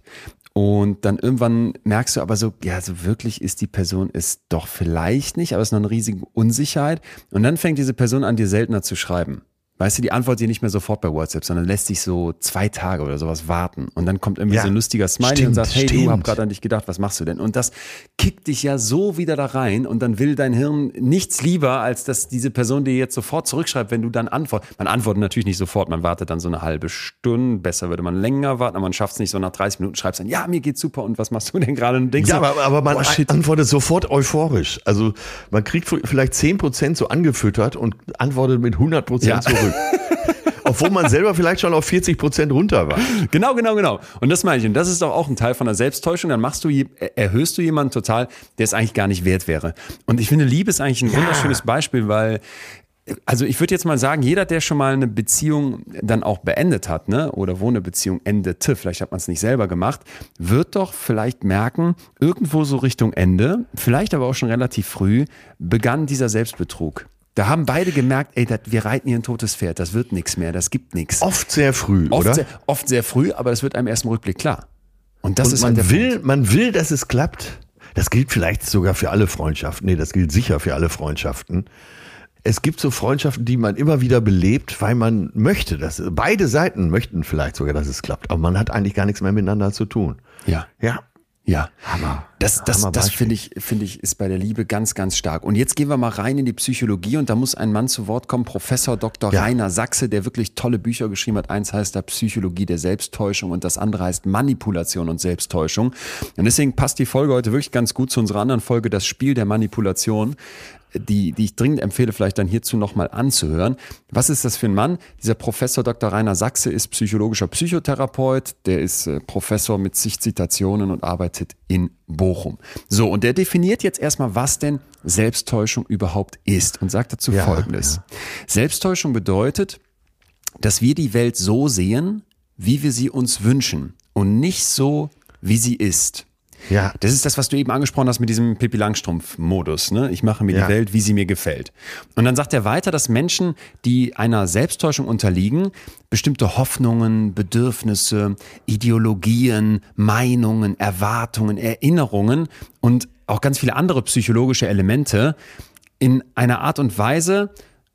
und dann irgendwann merkst du aber so, ja, so wirklich ist die Person es doch vielleicht nicht, aber es ist noch eine riesige Unsicherheit. Und dann fängt diese Person an, dir seltener zu schreiben. Weißt du, die antwortet dir nicht mehr sofort bei WhatsApp, sondern lässt sich so zwei Tage oder sowas warten. Und dann kommt irgendwie Ja, so ein lustiger Smiley stimmt, und sagt, hey, stimmt. du, hab gerade an dich gedacht, was machst du denn? Und das kickt dich ja so wieder da rein und dann will dein Hirn nichts lieber, als dass diese Person dir jetzt sofort zurückschreibt, wenn du dann antwortest. Man antwortet natürlich nicht sofort, man wartet dann so eine halbe Stunde, besser würde man länger warten, aber man schafft es nicht so nach dreißig Minuten, schreibst dann, ja, mir geht's super und was machst du denn gerade? Und denkst Ja, so, aber, aber man boah, shit. antwortet sofort euphorisch. Also man kriegt vielleicht zehn Prozent so angefüttert und antwortet mit hundert Prozent Ja. zurück. Obwohl man selber vielleicht schon auf vierzig Prozent runter war. Genau, genau, genau. Und das meine ich. Und das ist doch auch ein Teil von der Selbsttäuschung. Dann machst du, je- erhöhst du jemanden total, der es eigentlich gar nicht wert wäre. Und ich finde, Liebe ist eigentlich ein Ja. wunderschönes Beispiel, weil, also ich würde jetzt mal sagen, jeder, der schon mal eine Beziehung dann auch beendet hat, ne, oder wo eine Beziehung endete, vielleicht hat man es nicht selber gemacht, wird doch vielleicht merken, irgendwo so Richtung Ende, vielleicht aber auch schon relativ früh, begann dieser Selbstbetrug. Da haben beide gemerkt, ey, das, wir reiten hier ein totes Pferd, das wird nichts mehr, das gibt nichts. Oft sehr früh, Oft oder? sehr, oft sehr früh, aber das wird einem erst im Rückblick klar. Und das Und ist man halt der will, Punkt. man will, dass es klappt. Das gilt vielleicht sogar für alle Freundschaften. Nee, das gilt sicher für alle Freundschaften. Es gibt so Freundschaften, die man immer wieder belebt, weil man möchte, dass beide Seiten möchten vielleicht sogar, dass es klappt. Aber man hat eigentlich gar nichts mehr miteinander zu tun. Ja, Ja. ja. Hammer. Das, das, Hammer das Beispiel. finde ich, finde ich, ist bei der Liebe ganz, ganz stark. Und jetzt gehen wir mal rein in die Psychologie und da muss ein Mann zu Wort kommen, Professor Doktor Ja. Rainer Sachse, der wirklich tolle Bücher geschrieben hat. Eins heißt da Psychologie der Selbsttäuschung und das andere heißt Manipulation und Selbsttäuschung. Und deswegen passt die Folge heute wirklich ganz gut zu unserer anderen Folge, das Spiel der Manipulation, die, die ich dringend empfehle, vielleicht dann hierzu nochmal anzuhören. Was ist das für ein Mann? Dieser Professor Doktor Rainer Sachse ist psychologischer Psychotherapeut, der ist äh, Professor mit zig Zitationen und arbeitet in Bochum. So, und der definiert jetzt erstmal, was denn Selbsttäuschung überhaupt ist und sagt dazu Ja, Folgendes. Selbsttäuschung bedeutet, dass wir die Welt so sehen, wie wir sie uns wünschen und nicht so, wie sie ist. Ja. Das ist das, was du eben angesprochen hast mit diesem Pippi Langstrumpf-Modus. Ne? Ich mache mir Ja. die Welt, wie sie mir gefällt. Und dann sagt er weiter, dass Menschen, die einer Selbsttäuschung unterliegen, bestimmte Hoffnungen, Bedürfnisse, Ideologien, Meinungen, Erwartungen, Erinnerungen und auch ganz viele andere psychologische Elemente in einer Art und Weise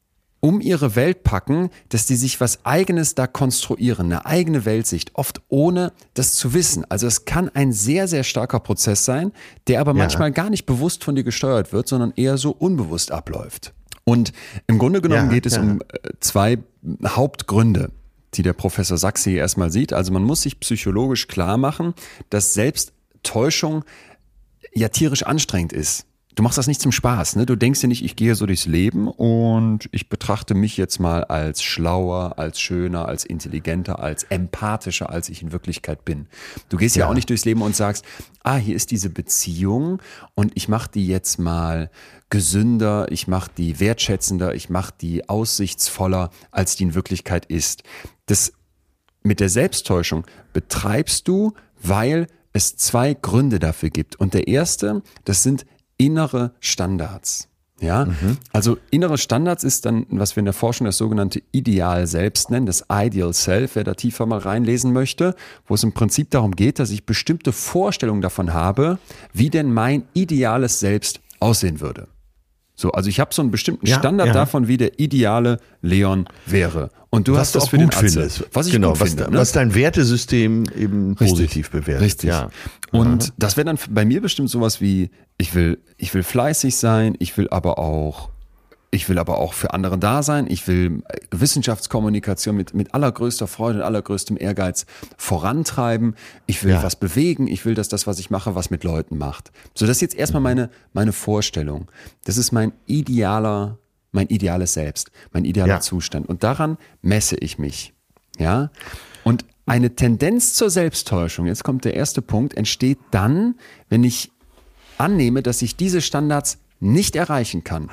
um ihre Welt packen, dass die sich was Eigenes da konstruieren, eine eigene Weltsicht, oft ohne das zu wissen. Also es kann ein sehr, sehr starker Prozess sein, der aber Ja. manchmal gar nicht bewusst von dir gesteuert wird, sondern eher so unbewusst abläuft. Und im Grunde genommen Ja, geht es ja. um äh, zwei Hauptgründe, die der Professor Sachse hier erstmal sieht. Also man muss sich psychologisch klar machen, dass Selbsttäuschung ja tierisch anstrengend ist. Du machst das nicht zum Spaß, ne? Du denkst dir nicht, ich gehe so durchs Leben und ich betrachte mich jetzt mal als schlauer, als schöner, als intelligenter, als empathischer, als ich in Wirklichkeit bin. Du gehst ja, Ja. auch nicht durchs Leben und sagst, ah, hier ist diese Beziehung und ich mache die jetzt mal gesünder, ich mache die wertschätzender, ich mache die aussichtsvoller, als die in Wirklichkeit ist. Das mit der Selbsttäuschung betreibst du, weil es zwei Gründe dafür gibt. Und der erste, das sind innere Standards. Ja, also innere Standards ist dann, was wir in der Forschung das sogenannte Ideal selbst nennen, das Ideal Self, wer da tiefer mal reinlesen möchte, wo es im Prinzip darum geht, dass ich bestimmte Vorstellungen davon habe, wie denn mein ideales Selbst aussehen würde. So, also ich habe so einen bestimmten Ja, Standard ja. davon, wie der ideale Leon wäre. Und du was hast du das auch für den gut Atze. findest. Was ich genau, gut was, finde. de- Ne? was dein Wertesystem eben positiv bewertet. Richtig. Ja. Und das wäre dann bei mir bestimmt sowas wie, ich will, ich will fleißig sein, ich will aber auch, ich will aber auch für andere da sein, ich will Wissenschaftskommunikation mit, mit allergrößter Freude und allergrößtem Ehrgeiz vorantreiben, ich will Ja. was bewegen, ich will, dass das, was ich mache, was mit Leuten macht. So, das ist jetzt erstmal meine, meine Vorstellung. Das ist mein idealer, mein ideales Selbst, mein idealer Ja. Zustand. Und daran messe ich mich. Ja. Und eine Tendenz zur Selbsttäuschung, jetzt kommt der erste Punkt, entsteht dann, wenn ich annehme, dass ich diese Standards nicht erreichen kann.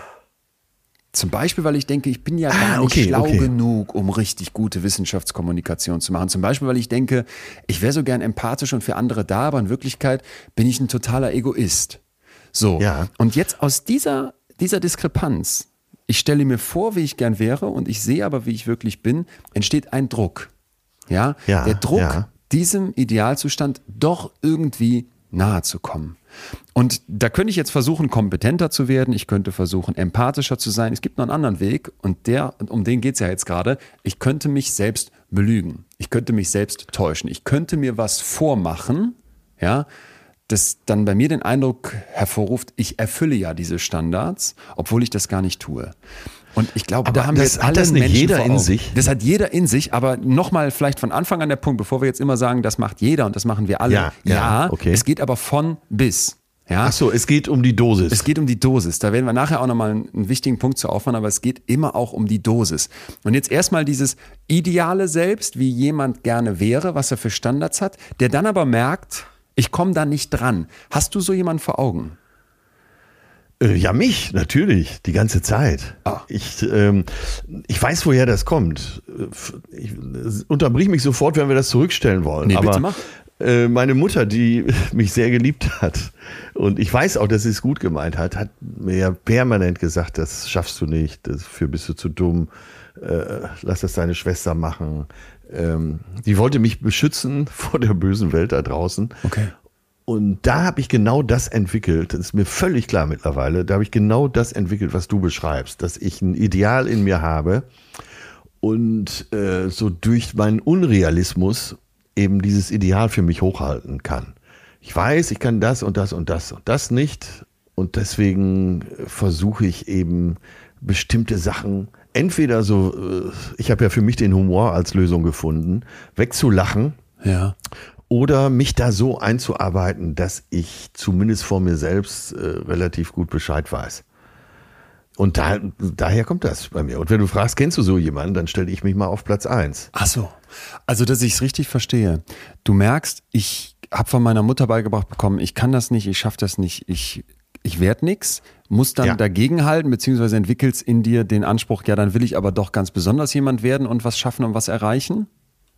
Zum Beispiel, weil ich denke, ich bin ja gar Ah, nicht okay, schlau okay. genug, um richtig gute Wissenschaftskommunikation zu machen. Zum Beispiel, weil ich denke, ich wäre so gern empathisch und für andere da, aber in Wirklichkeit bin ich ein totaler Egoist. So. Ja. Und jetzt aus dieser, dieser Diskrepanz ich stelle mir vor, wie ich gern wäre und ich sehe aber, wie ich wirklich bin, entsteht ein Druck. Ja, Ja, der Druck, ja. diesem Idealzustand doch irgendwie nahe zu kommen. Und da könnte ich jetzt versuchen, kompetenter zu werden, ich könnte versuchen, empathischer zu sein. Es gibt noch einen anderen Weg und der, um den geht es ja jetzt gerade. Ich könnte mich selbst belügen. Ich könnte mich selbst täuschen. Ich könnte mir was vormachen, ja, das dann bei mir den Eindruck hervorruft, ich erfülle ja diese Standards, obwohl ich das gar nicht tue. Und ich glaube, Aber da haben das wir jetzt hat alle das nicht Menschen jeder vor in Augen. sich? Das hat jeder in sich, aber nochmal vielleicht von Anfang an der Punkt, bevor wir jetzt immer sagen, das macht jeder und das machen wir alle. Ja, ja, okay. Es geht aber von bis. Ja? Ach so, es geht um die Dosis. Es geht um die Dosis. Da werden wir nachher auch nochmal einen, einen wichtigen Punkt zu aufmachen, aber es geht immer auch um die Dosis. Und jetzt erstmal dieses ideale Selbst, wie jemand gerne wäre, was er für Standards hat, der dann aber merkt, ich komme da nicht dran. Hast du so jemanden vor Augen? Äh, Ja, mich, natürlich, die ganze Zeit. Ah. Ich, ähm, ich weiß, woher das kommt. Ich, unterbrich mich sofort, wenn wir das zurückstellen wollen. Nee, bitte Aber mach. äh, meine Mutter, die mich sehr geliebt hat und ich weiß auch, dass sie es gut gemeint hat, hat mir ja permanent gesagt, das schaffst du nicht, dafür bist du zu dumm, äh, lass das deine Schwester machen. Ähm, die wollte mich beschützen vor der bösen Welt da draußen. Okay. Und da habe ich genau das entwickelt, das ist mir völlig klar mittlerweile, da habe ich genau das entwickelt, was du beschreibst, dass ich ein Ideal in mir habe und äh, so durch meinen Unrealismus eben dieses Ideal für mich hochhalten kann. Ich weiß, ich kann das und das und das und das nicht und deswegen versuche ich eben bestimmte Sachen, entweder so, äh, ich habe ja für mich den Humor als Lösung gefunden, wegzulachen, Ja. oder mich da so einzuarbeiten, dass ich zumindest vor mir selbst äh, relativ gut Bescheid weiß. Und da, daher kommt das bei mir. Und wenn du fragst, kennst du so jemanden, dann stelle ich mich mal auf Platz eins. Ach so. Also, dass ich es richtig verstehe. Du merkst, ich habe von meiner Mutter beigebracht bekommen, ich kann das nicht, ich schaffe das nicht, ich, ich werde nichts, muss dann Ja. dagegenhalten, beziehungsweise entwickelst in dir den Anspruch, ja, dann will ich aber doch ganz besonders jemand werden und was schaffen und was erreichen.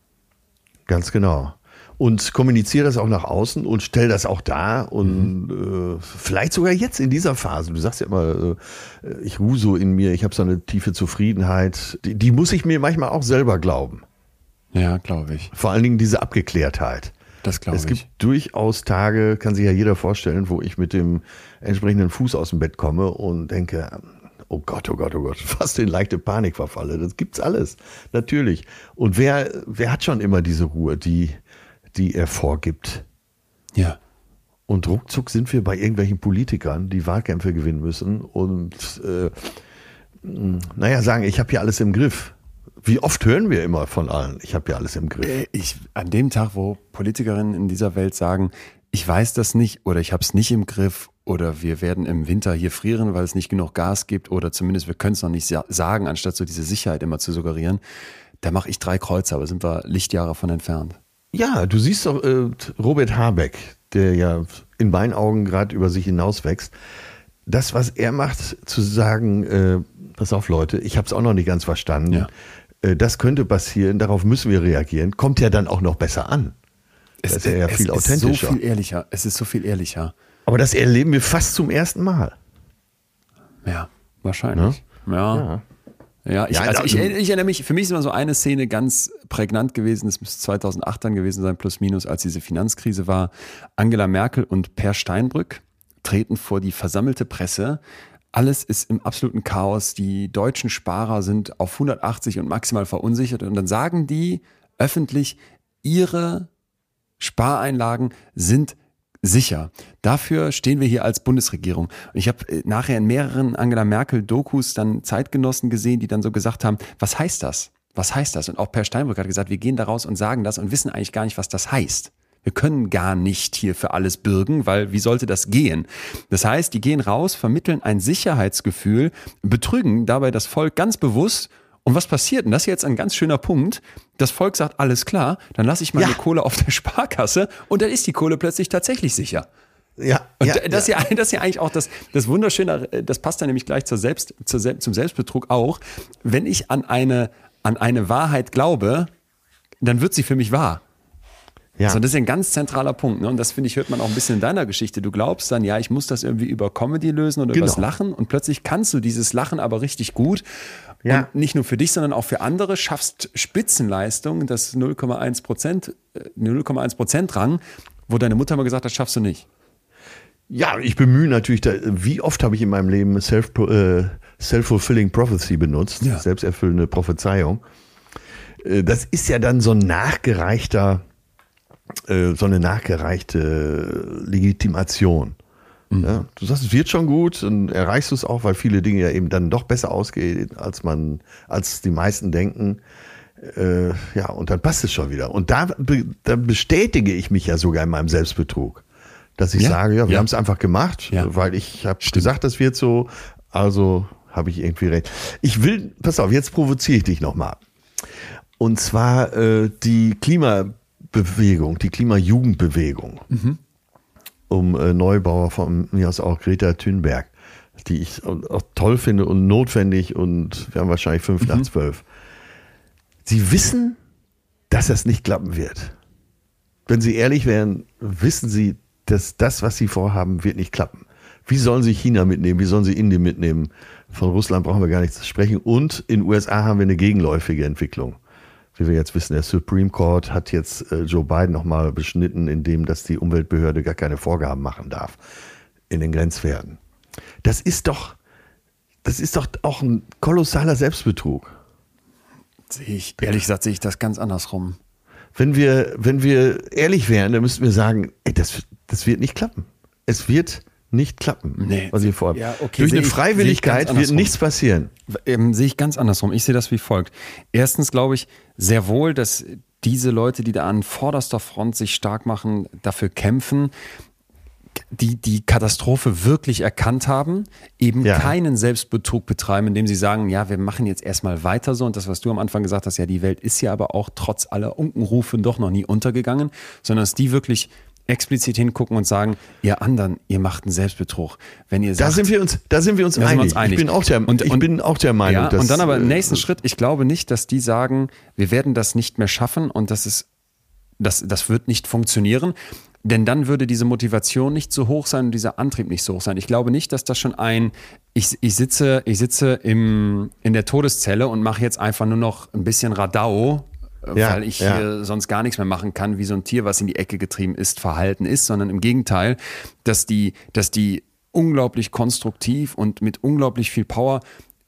Ganz genau. Und kommuniziere das auch nach außen und stell das auch dar und mhm. äh, vielleicht sogar jetzt in dieser Phase. Du sagst ja immer, äh, ich ruhe so in mir, ich habe so eine tiefe Zufriedenheit. Die, die muss ich mir manchmal auch selber glauben. Ja, glaube ich. Vor allen Dingen diese Abgeklärtheit. Das glaube ich. Es gibt durchaus Tage, kann sich ja jeder vorstellen, wo ich mit dem entsprechenden Fuß aus dem Bett komme und denke, oh Gott, oh Gott, oh Gott, fast in leichte Panik verfalle. Das gibt's alles, natürlich. Und wer, wer hat schon immer diese Ruhe, die die er vorgibt. Ja. Und ruckzuck sind wir bei irgendwelchen Politikern, die Wahlkämpfe gewinnen müssen und äh, naja, sagen, ich habe hier alles im Griff. Wie oft hören wir immer von allen, ich habe hier alles im Griff. Äh, Ich, an dem Tag, wo Politikerinnen in dieser Welt sagen, ich weiß das nicht oder ich habe es nicht im Griff oder wir werden im Winter hier frieren, weil es nicht genug Gas gibt oder zumindest wir können es noch nicht sa- sagen, anstatt so diese Sicherheit immer zu suggerieren, da mache ich drei Kreuze, aber sind wir Lichtjahre von entfernt. Ja, du siehst doch äh, Robert Habeck, der ja in meinen Augen gerade über sich hinauswächst. Das, was er macht, zu sagen, äh, pass auf Leute, ich habe es auch noch nicht ganz verstanden, Ja. äh, das könnte passieren, darauf müssen wir reagieren, kommt ja dann auch noch besser an. Das ist ja viel es ist authentischer. so viel ehrlicher. Es ist so viel ehrlicher. Aber das erleben wir fast zum ersten Mal. Ja, wahrscheinlich. Ja. Ja. Ja, ich, Ja, also da- ich, ich erinnere mich, für mich ist immer so eine Szene ganz prägnant gewesen, das müsste zweitausendacht dann gewesen sein, plus minus, als diese Finanzkrise war. Angela Merkel und Per Steinbrück treten vor die versammelte Presse. Alles ist im absoluten Chaos. Die deutschen Sparer sind auf hundertachtzig und maximal verunsichert. Und dann sagen die öffentlich, ihre Spareinlagen sind sicher. Dafür stehen wir hier als Bundesregierung. Und ich habe äh, nachher in mehreren Angela Merkel-Dokus dann Zeitgenossen gesehen, die dann so gesagt haben, was heißt das? Was heißt das? Und auch Per Steinbrück hat gesagt, wir gehen da raus und sagen das und wissen eigentlich gar nicht, was das heißt. Wir können gar nicht hier für alles bürgen, weil wie sollte das gehen? Das heißt, die gehen raus, vermitteln ein Sicherheitsgefühl, betrügen dabei das Volk ganz bewusst. Und was passiert? Und das ist jetzt ein ganz schöner Punkt. Das Volk sagt, alles klar, dann lasse ich meine Ja. Kohle auf der Sparkasse und dann ist die Kohle plötzlich tatsächlich sicher. Ja, Und ja, das, ja. Ist ja, das ist ja eigentlich auch das, das Wunderschöne, das passt dann nämlich gleich zur Selbst, zur, Sel- zum Selbstbetrug auch. Wenn ich an eine, an eine Wahrheit glaube, dann wird sie für mich wahr. Ja. Also das ist ein ganz zentraler Punkt. Ne? Und das, finde ich, hört man auch ein bisschen in deiner Geschichte. Du glaubst dann, ja, ich muss das irgendwie über Comedy lösen oder Genau. übers Lachen. Und plötzlich kannst du dieses Lachen aber richtig gut. Ja. Und nicht nur für dich, sondern auch für andere. Schaffst Spitzenleistungen, das null Komma eins Prozent, null Komma eins Prozent Rang, wo deine Mutter mal gesagt hat, schaffst du nicht. Ja, ich bemühe natürlich, da, wie oft habe ich in meinem Leben Self, äh, Self-Fulfilling Prophecy benutzt, Ja. selbsterfüllende Prophezeiung. Äh, das ist ja dann so ein nachgereichter, äh, so eine nachgereichte Legitimation. Mhm. Ja, du sagst, es wird schon gut und erreichst du es auch, weil viele Dinge ja eben dann doch besser ausgehen, als man, als die meisten denken. Äh, ja, und dann passt es schon wieder. Und da, be, da bestätige ich mich ja sogar in meinem Selbstbetrug. Dass ich Ja, sage, ja, wir ja. haben es einfach gemacht, Ja. weil ich habe gesagt, das wird so, also habe ich irgendwie recht. Ich will, pass auf, jetzt provoziere ich dich nochmal. Und zwar äh, die Klimabewegung, die Klimajugendbewegung mhm. um äh, Neubauer von mir aus auch Greta Thunberg, die ich auch toll finde und notwendig und wir haben wahrscheinlich fünf mhm. nach zwölf. Sie wissen, dass das nicht klappen wird. Wenn Sie ehrlich wären, wissen Sie, dass das, was sie vorhaben, wird nicht klappen. Wie sollen sie China mitnehmen? Wie sollen sie Indien mitnehmen? Von Russland brauchen wir gar nichts zu sprechen. Und in den U S A haben wir eine gegenläufige Entwicklung. Wie wir jetzt wissen, der Supreme Court hat jetzt äh, Joe Biden nochmal beschnitten, indem dass die Umweltbehörde gar keine Vorgaben machen darf in den Grenzwerten. Das ist doch, das ist doch auch ein kolossaler Selbstbetrug. Sehe ich, ehrlich gesagt, sehe ich das ganz andersrum. Wenn wir, wenn wir ehrlich wären, dann müssten wir sagen, ey, das, das wird nicht klappen. Es wird nicht klappen, nee. was ihr vorhabt. Ja, okay, Durch eine ich, Freiwilligkeit wird nichts passieren. Ähm, sehe ich ganz andersrum. Ich sehe das wie folgt. Erstens glaube ich sehr wohl, dass diese Leute, die da an vorderster Front sich stark machen, dafür kämpfen, die die Katastrophe wirklich erkannt haben, eben ja. keinen Selbstbetrug betreiben, indem sie sagen, ja, wir machen jetzt erstmal weiter so. Und das, was du am Anfang gesagt hast, ja, die Welt ist ja aber auch trotz aller Unkenrufe doch noch nie untergegangen, sondern dass die wirklich explizit hingucken und sagen, ihr anderen, ihr macht einen Selbstbetrug. Wenn ihr sagt, da sind wir uns, da sind wir uns, da sind einig. wir uns einig. Ich bin auch der, und, ich und, bin auch der Meinung, ja, dass, und dann aber im äh, nächsten Schritt, ich glaube nicht, dass die sagen, wir werden das nicht mehr schaffen und das ist, das, das wird nicht funktionieren. Denn dann würde diese Motivation nicht so hoch sein und dieser Antrieb nicht so hoch sein. Ich glaube nicht, dass das schon ein, ich, ich sitze, ich sitze im, in der Todeszelle und mache jetzt einfach nur noch ein bisschen Radau, Ja, weil ich ja. äh, sonst gar nichts mehr machen kann, wie so ein Tier, was in die Ecke getrieben ist, verhalten ist, sondern im Gegenteil, dass die, dass die unglaublich konstruktiv und mit unglaublich viel Power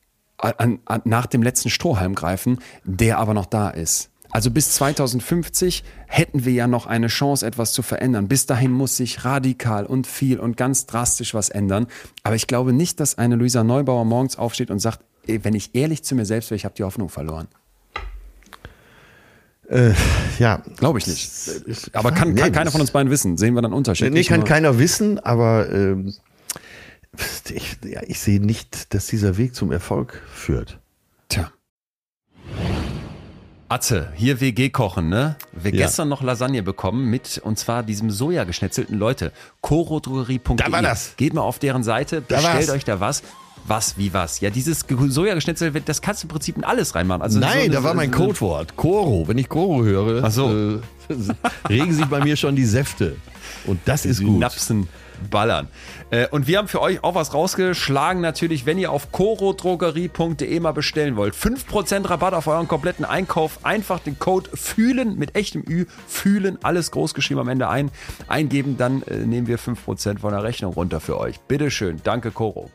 an, an, nach dem letzten Strohhalm greifen, der aber noch da ist. Also bis zweitausendfünfzig hätten wir ja noch eine Chance, etwas zu verändern. Bis dahin muss sich radikal und viel und ganz drastisch was ändern. Aber ich glaube nicht, dass eine Luisa Neubauer morgens aufsteht und sagt, ey, wenn ich ehrlich zu mir selbst wäre, ich habe die Hoffnung verloren. Äh, ja. Glaube ich nicht. Aber kann, kann keiner von uns beiden wissen. Sehen wir dann unterschiedlich. Nee, kann nur. keiner wissen, aber ähm, ich, ja, ich sehe nicht, dass dieser Weg zum Erfolg führt. Tja. Atze, hier W G kochen, ne? Wir Ja. gestern noch Lasagne bekommen mit, und zwar diesem Soja-geschnetzelten Leute. Corodrogerie Punkt de. Da war das. Geht mal auf deren Seite, Da bestellt war's. euch da was. Was, wie was? Ja, dieses Soja-Geschnetzel, das kannst du im Prinzip in alles reinmachen. Also Nein, so, da war mein so- Codewort. Koro. Wenn ich Koro höre, Ach so. äh, regen sich bei mir schon die Säfte. Und das ist gut. Napsen ballern. Äh, und wir haben für euch auch was rausgeschlagen, natürlich, wenn ihr auf corodrogerie Punkt de mal bestellen wollt. fünf Prozent Rabatt auf euren kompletten Einkauf. Einfach den Code FÜHLEN mit echtem Ü, FÜHLEN, alles groß geschrieben am Ende ein, eingeben, dann äh, nehmen wir fünf Prozent von der Rechnung runter für euch. Bitteschön, danke Coro.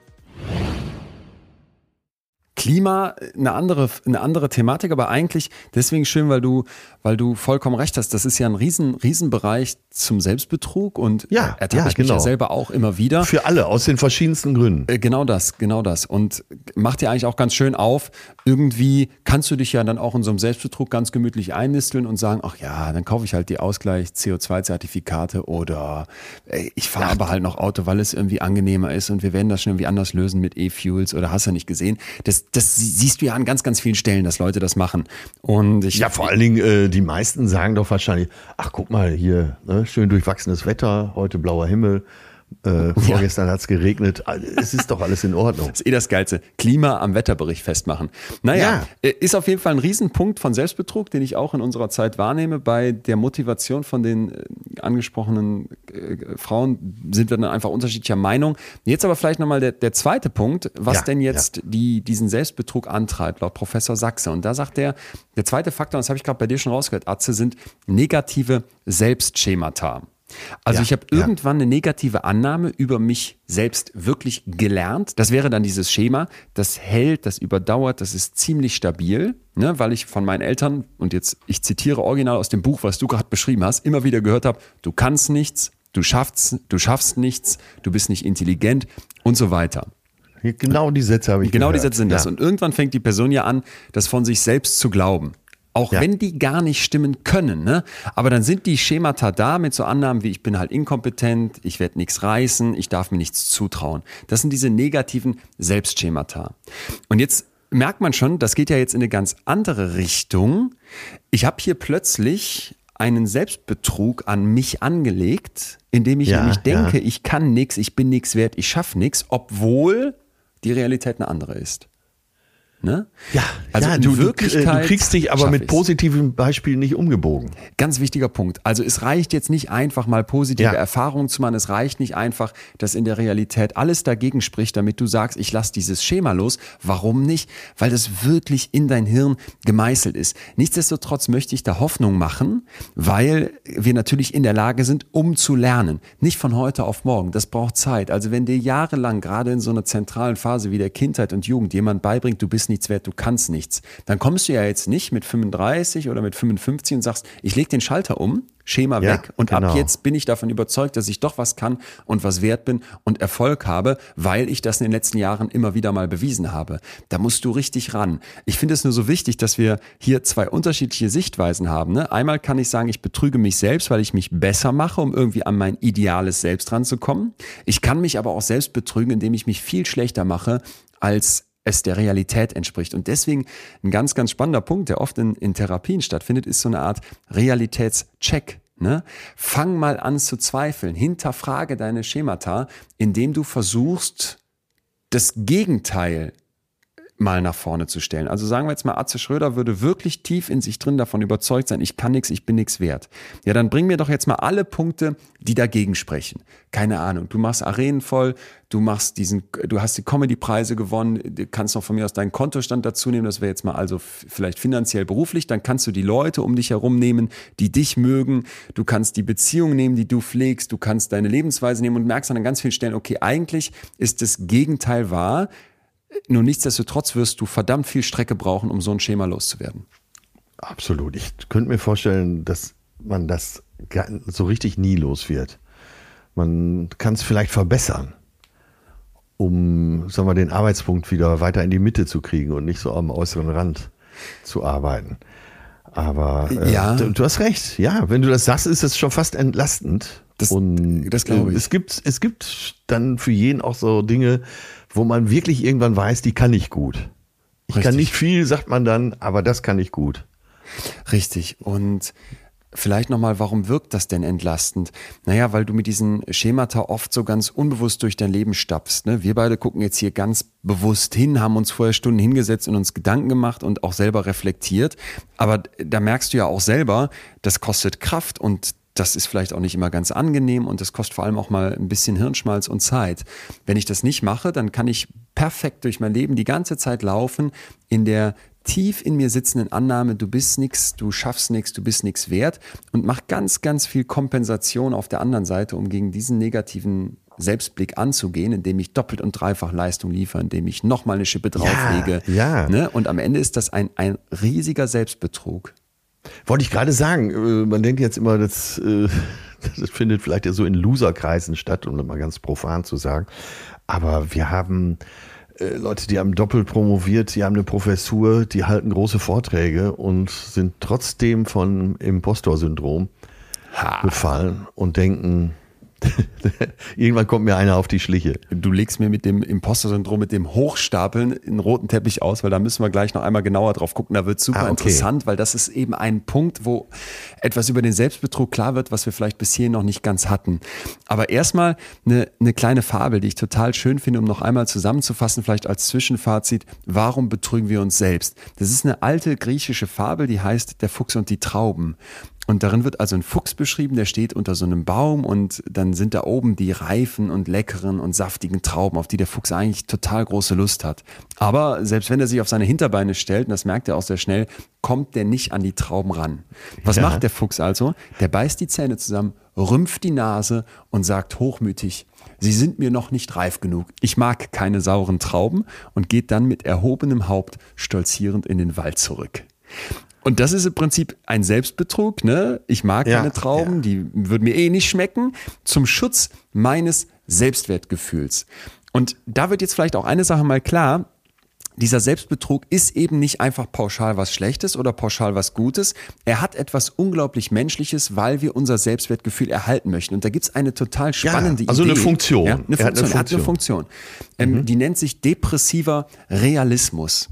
Klima, eine andere, eine andere Thematik, aber eigentlich deswegen schön, weil du, weil du vollkommen recht hast. Das ist ja ein riesen, Riesenbereich zum Selbstbetrug und Ja, ertappe ja, ich mich genau. ja selber auch immer wieder. Für alle, aus den verschiedensten Gründen. Äh, Genau das, genau das. Und macht dir eigentlich auch ganz schön auf, irgendwie kannst du dich ja dann auch in so einem Selbstbetrug ganz gemütlich einnisteln und sagen, ach ja, dann kaufe ich halt die Ausgleich C O zwei Zertifikate oder ey, ich fahre aber halt noch Auto, weil es irgendwie angenehmer ist und wir werden das schon irgendwie anders lösen mit E-Fuels oder hast du nicht gesehen. Das, das siehst du ja an ganz, ganz vielen Stellen, dass Leute das machen. Und ich, Ja, vor allen Dingen, äh, die meisten sagen doch wahrscheinlich, ach guck mal hier, ne, schön durchwachsenes Wetter, heute blauer Himmel, Äh, vorgestern ja. hat es geregnet. Es ist doch alles in Ordnung. Das ist eh das Geilste. Klima am Wetterbericht festmachen. Naja, ja. ist auf jeden Fall ein Riesenpunkt von Selbstbetrug, den ich auch in unserer Zeit wahrnehme. Bei der Motivation von den äh, angesprochenen äh, Frauen sind wir dann einfach unterschiedlicher Meinung. Jetzt aber vielleicht nochmal der, der zweite Punkt, was ja, denn jetzt ja. die, diesen Selbstbetrug antreibt, laut Professor Sachse. Und da sagt er, der zweite Faktor, und das habe ich gerade bei dir schon rausgehört, Atze, sind negative Selbstschemata. Also ja, ich habe irgendwann ja. eine negative Annahme über mich selbst wirklich gelernt. Das wäre dann dieses Schema, das hält, das überdauert, das ist ziemlich stabil, ne, weil ich von meinen Eltern, und jetzt ich zitiere original aus dem Buch, was du gerade beschrieben hast, immer wieder gehört habe, du kannst nichts, du schaffst, du schaffst nichts, du bist nicht intelligent und so weiter. Genau die Sätze habe ich Genau gehört. die Sätze sind ja. das. Und irgendwann fängt die Person ja an, das von sich selbst zu glauben. Auch ja. wenn die gar nicht stimmen können, ne? Aber dann sind die Schemata da mit so Annahmen wie ich bin halt inkompetent, ich werde nichts reißen, ich darf mir nichts zutrauen. Das sind diese negativen Selbstschemata. Und jetzt merkt man schon, das geht ja jetzt in eine ganz andere Richtung. Ich habe hier plötzlich einen Selbstbetrug an mich angelegt, indem ich ja, nämlich denke, ja. ich kann nichts, ich bin nichts wert, ich schaffe nichts, obwohl die Realität eine andere ist. Ne? Ja, also ja, in du, Wirklichkeit du kriegst dich aber mit positiven Beispielen nicht umgebogen. Ganz wichtiger Punkt. Also es reicht jetzt nicht einfach mal positive ja. Erfahrungen zu machen. Es reicht nicht einfach, dass in der Realität alles dagegen spricht, damit du sagst, ich lasse dieses Schema los. Warum nicht? Weil das wirklich in dein Hirn gemeißelt ist. Nichtsdestotrotz möchte ich da Hoffnung machen, weil wir natürlich in der Lage sind, um zu lernen. Nicht von heute auf morgen. Das braucht Zeit. Also wenn dir jahrelang, gerade in so einer zentralen Phase wie der Kindheit und Jugend, jemand beibringt, du bist nichts wert, du kannst nichts, dann kommst du ja jetzt nicht mit fünfunddreißig oder mit fünfundfünfzig und sagst, ich lege den Schalter um, Schema ja, weg und genau. ab jetzt bin ich davon überzeugt, dass ich doch was kann und was wert bin und Erfolg habe, weil ich das in den letzten Jahren immer wieder mal bewiesen habe. Da musst du richtig ran. Ich finde es nur so wichtig, dass wir hier zwei unterschiedliche Sichtweisen haben. Ne? Einmal kann ich sagen, ich betrüge mich selbst, weil ich mich besser mache, um irgendwie an mein ideales Selbst ranzukommen. Ich kann mich aber auch selbst betrügen, indem ich mich viel schlechter mache, als es der Realität entspricht. Und deswegen ein ganz, ganz spannender Punkt, der oft in, in Therapien stattfindet, ist so eine Art Realitätscheck. Ne? Fang mal an zu zweifeln, hinterfrage deine Schemata, indem du versuchst, das Gegenteil mal nach vorne zu stellen. Also sagen wir jetzt mal, Atze Schröder würde wirklich tief in sich drin davon überzeugt sein, ich kann nichts, ich bin nichts wert. Ja, dann bring mir doch jetzt mal alle Punkte, die dagegen sprechen. Keine Ahnung, du machst Arenen voll, du machst diesen, du hast die Comedy-Preise gewonnen, du kannst noch von mir aus deinen Kontostand dazu nehmen, das wäre jetzt mal also vielleicht finanziell beruflich, dann kannst du die Leute um dich herum nehmen, die dich mögen, du kannst die Beziehung nehmen, die du pflegst, du kannst deine Lebensweise nehmen und merkst an ganz vielen Stellen, okay, eigentlich ist das Gegenteil wahr. Nur nichtsdestotrotz wirst du verdammt viel Strecke brauchen, um so ein Schema loszuwerden. Absolut. Ich könnte mir vorstellen, dass man das so richtig nie los wird. Man kann es vielleicht verbessern, um, sagen wir, den Arbeitspunkt wieder weiter in die Mitte zu kriegen und nicht so am äußeren Rand zu arbeiten. Aber äh, ja. du, du hast recht. Ja, wenn du das sagst, ist es schon fast entlastend. Das, und das glaube ich. Es gibt, es gibt dann für jeden auch so Dinge, wo man wirklich irgendwann weiß, die kann ich gut. Ich Richtig. kann nicht viel, sagt man dann, aber das kann ich gut. Richtig. Und vielleicht nochmal, warum wirkt das denn entlastend? Naja, weil du mit diesen Schemata oft so ganz unbewusst durch dein Leben stapfst. Ne? Wir beide gucken jetzt hier ganz bewusst hin, haben uns vorher Stunden hingesetzt und uns Gedanken gemacht und auch selber reflektiert. Aber da merkst du ja auch selber, das kostet Kraft und das ist vielleicht auch nicht immer ganz angenehm und das kostet vor allem auch mal ein bisschen Hirnschmalz und Zeit. Wenn ich das nicht mache, dann kann ich perfekt durch mein Leben die ganze Zeit laufen in der tief in mir sitzenden Annahme, du bist nix, du schaffst nix, du bist nix wert und mach ganz, ganz viel Kompensation auf der anderen Seite, um gegen diesen negativen Selbstblick anzugehen, indem ich doppelt und dreifach Leistung liefere, indem ich nochmal eine Schippe drauflege. Ja, ja. Ne? Und am Ende ist das ein, ein riesiger Selbstbetrug. Wollte ich gerade sagen, man denkt jetzt immer, das, das findet vielleicht ja so in Loserkreisen statt, um das mal ganz profan zu sagen. Aber wir haben Leute, die haben doppelt promoviert, die haben eine Professur, die halten große Vorträge und sind trotzdem von Impostor-Syndrom ha. befallen und denken, Irgendwann kommt mir einer auf die Schliche. Du legst mir mit dem Imposter-Syndrom, mit dem Hochstapeln einen roten Teppich aus, weil da müssen wir gleich noch einmal genauer drauf gucken. Da wird super ah, okay. interessant, weil das ist eben ein Punkt, wo etwas über den Selbstbetrug klar wird, was wir vielleicht bis hierhin noch nicht ganz hatten. Aber erstmal eine, eine kleine Fabel, die ich total schön finde, um noch einmal zusammenzufassen, vielleicht als Zwischenfazit. Warum betrügen wir uns selbst? Das ist eine alte griechische Fabel, die heißt Der Fuchs und die Trauben. Und darin wird also ein Fuchs beschrieben, der steht unter so einem Baum und dann sind da oben die reifen und leckeren und saftigen Trauben, auf die der Fuchs eigentlich total große Lust hat. Aber selbst wenn er sich auf seine Hinterbeine stellt, und das merkt er auch sehr schnell, kommt der nicht an die Trauben ran. Was ja. macht der Fuchs also? Der beißt die Zähne zusammen, rümpft die Nase und sagt hochmütig: Sie sind mir noch nicht reif genug. Ich mag keine sauren Trauben, und geht dann mit erhobenem Haupt stolzierend in den Wald zurück. Und das ist im Prinzip ein Selbstbetrug, ne? Ich mag ja, keine Trauben, ja. die würden mir eh nicht schmecken, zum Schutz meines Selbstwertgefühls. Und da wird jetzt vielleicht auch eine Sache mal klar: Dieser Selbstbetrug ist eben nicht einfach pauschal was Schlechtes oder pauschal was Gutes. Er hat etwas unglaublich Menschliches, weil wir unser Selbstwertgefühl erhalten möchten. Und da gibt es eine total spannende ja, also Idee. Also eine Funktion. Ja, eine er Funktion. Hat eine Er hat eine Funktion. Ähm, mhm. Die nennt sich depressiver Realismus.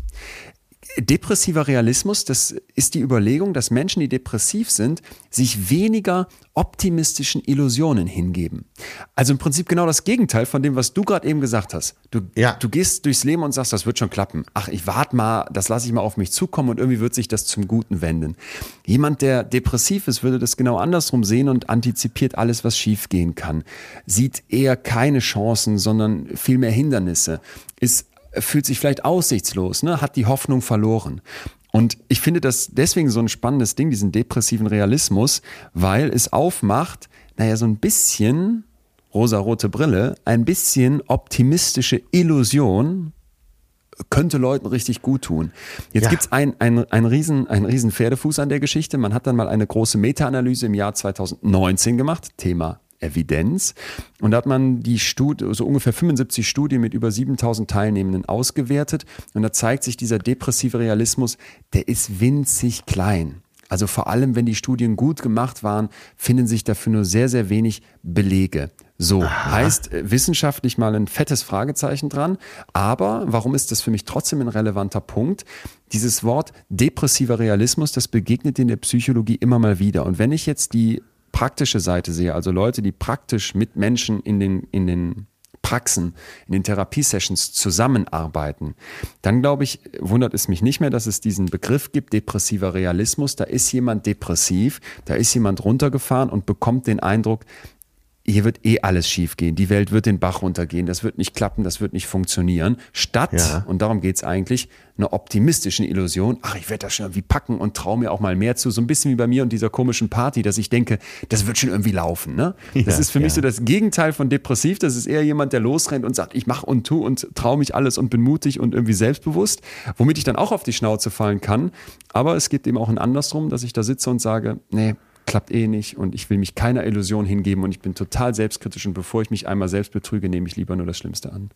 Depressiver Realismus, das ist die Überlegung, dass Menschen, die depressiv sind, sich weniger optimistischen Illusionen hingeben. Also im Prinzip genau das Gegenteil von dem, was du gerade eben gesagt hast. Du, ja. du gehst durchs Leben und sagst, das wird schon klappen. Ach, ich warte mal, das lasse ich mal auf mich zukommen und irgendwie wird sich das zum Guten wenden. Jemand, der depressiv ist, würde das genau andersrum sehen und antizipiert alles, was schiefgehen kann. Sieht eher keine Chancen, sondern viel mehr Hindernisse. Ist fühlt sich vielleicht aussichtslos, ne? Hat die Hoffnung verloren. Und ich finde das deswegen so ein spannendes Ding, diesen depressiven Realismus, weil es aufmacht, naja, so ein bisschen rosarote Brille, ein bisschen optimistische Illusion könnte Leuten richtig gut tun. Jetzt ja. gibt es ein, ein, ein, riesen, ein riesen Pferdefuß an der Geschichte. Man hat dann mal eine große Meta-Analyse im Jahr zweitausendneunzehn gemacht, Thema Evidenz. Und da hat man die Studie, so ungefähr fünfundsiebzig Studien mit über siebentausend Teilnehmenden ausgewertet. Und da zeigt sich, dieser depressive Realismus, der ist winzig klein. Also vor allem, wenn die Studien gut gemacht waren, finden sich dafür nur sehr, sehr wenig Belege. So, Aha. heißt wissenschaftlich mal ein fettes Fragezeichen dran. Aber warum ist das für mich trotzdem ein relevanter Punkt? Dieses Wort depressiver Realismus, das begegnet in der Psychologie immer mal wieder. Und wenn ich jetzt die praktische Seite sehe, also Leute, die praktisch mit Menschen in den, in den Praxen, in den Therapiesessions zusammenarbeiten, dann glaube ich, wundert es mich nicht mehr, dass es diesen Begriff gibt, depressiver Realismus. Da ist jemand depressiv, da ist jemand runtergefahren und bekommt den Eindruck, hier wird eh alles schief gehen, die Welt wird den Bach runtergehen, das wird nicht klappen, das wird nicht funktionieren, statt, ja. und darum geht es eigentlich, einer optimistischen Illusion, ach, ich werde das schon irgendwie packen und traue mir auch mal mehr zu, so ein bisschen wie bei mir und dieser komischen Party, dass ich denke, das wird schon irgendwie laufen. Ne? Das ja, ist für ja. mich so das Gegenteil von depressiv, das ist eher jemand, der losrennt und sagt, ich mache und tu und traue mich alles und bin mutig und irgendwie selbstbewusst, womit ich dann auch auf die Schnauze fallen kann, aber es gibt eben auch ein andersrum, dass ich da sitze und sage, nee, klappt eh nicht und ich will mich keiner Illusion hingeben und ich bin total selbstkritisch und bevor ich mich einmal selbst betrüge, nehme ich lieber nur das Schlimmste an.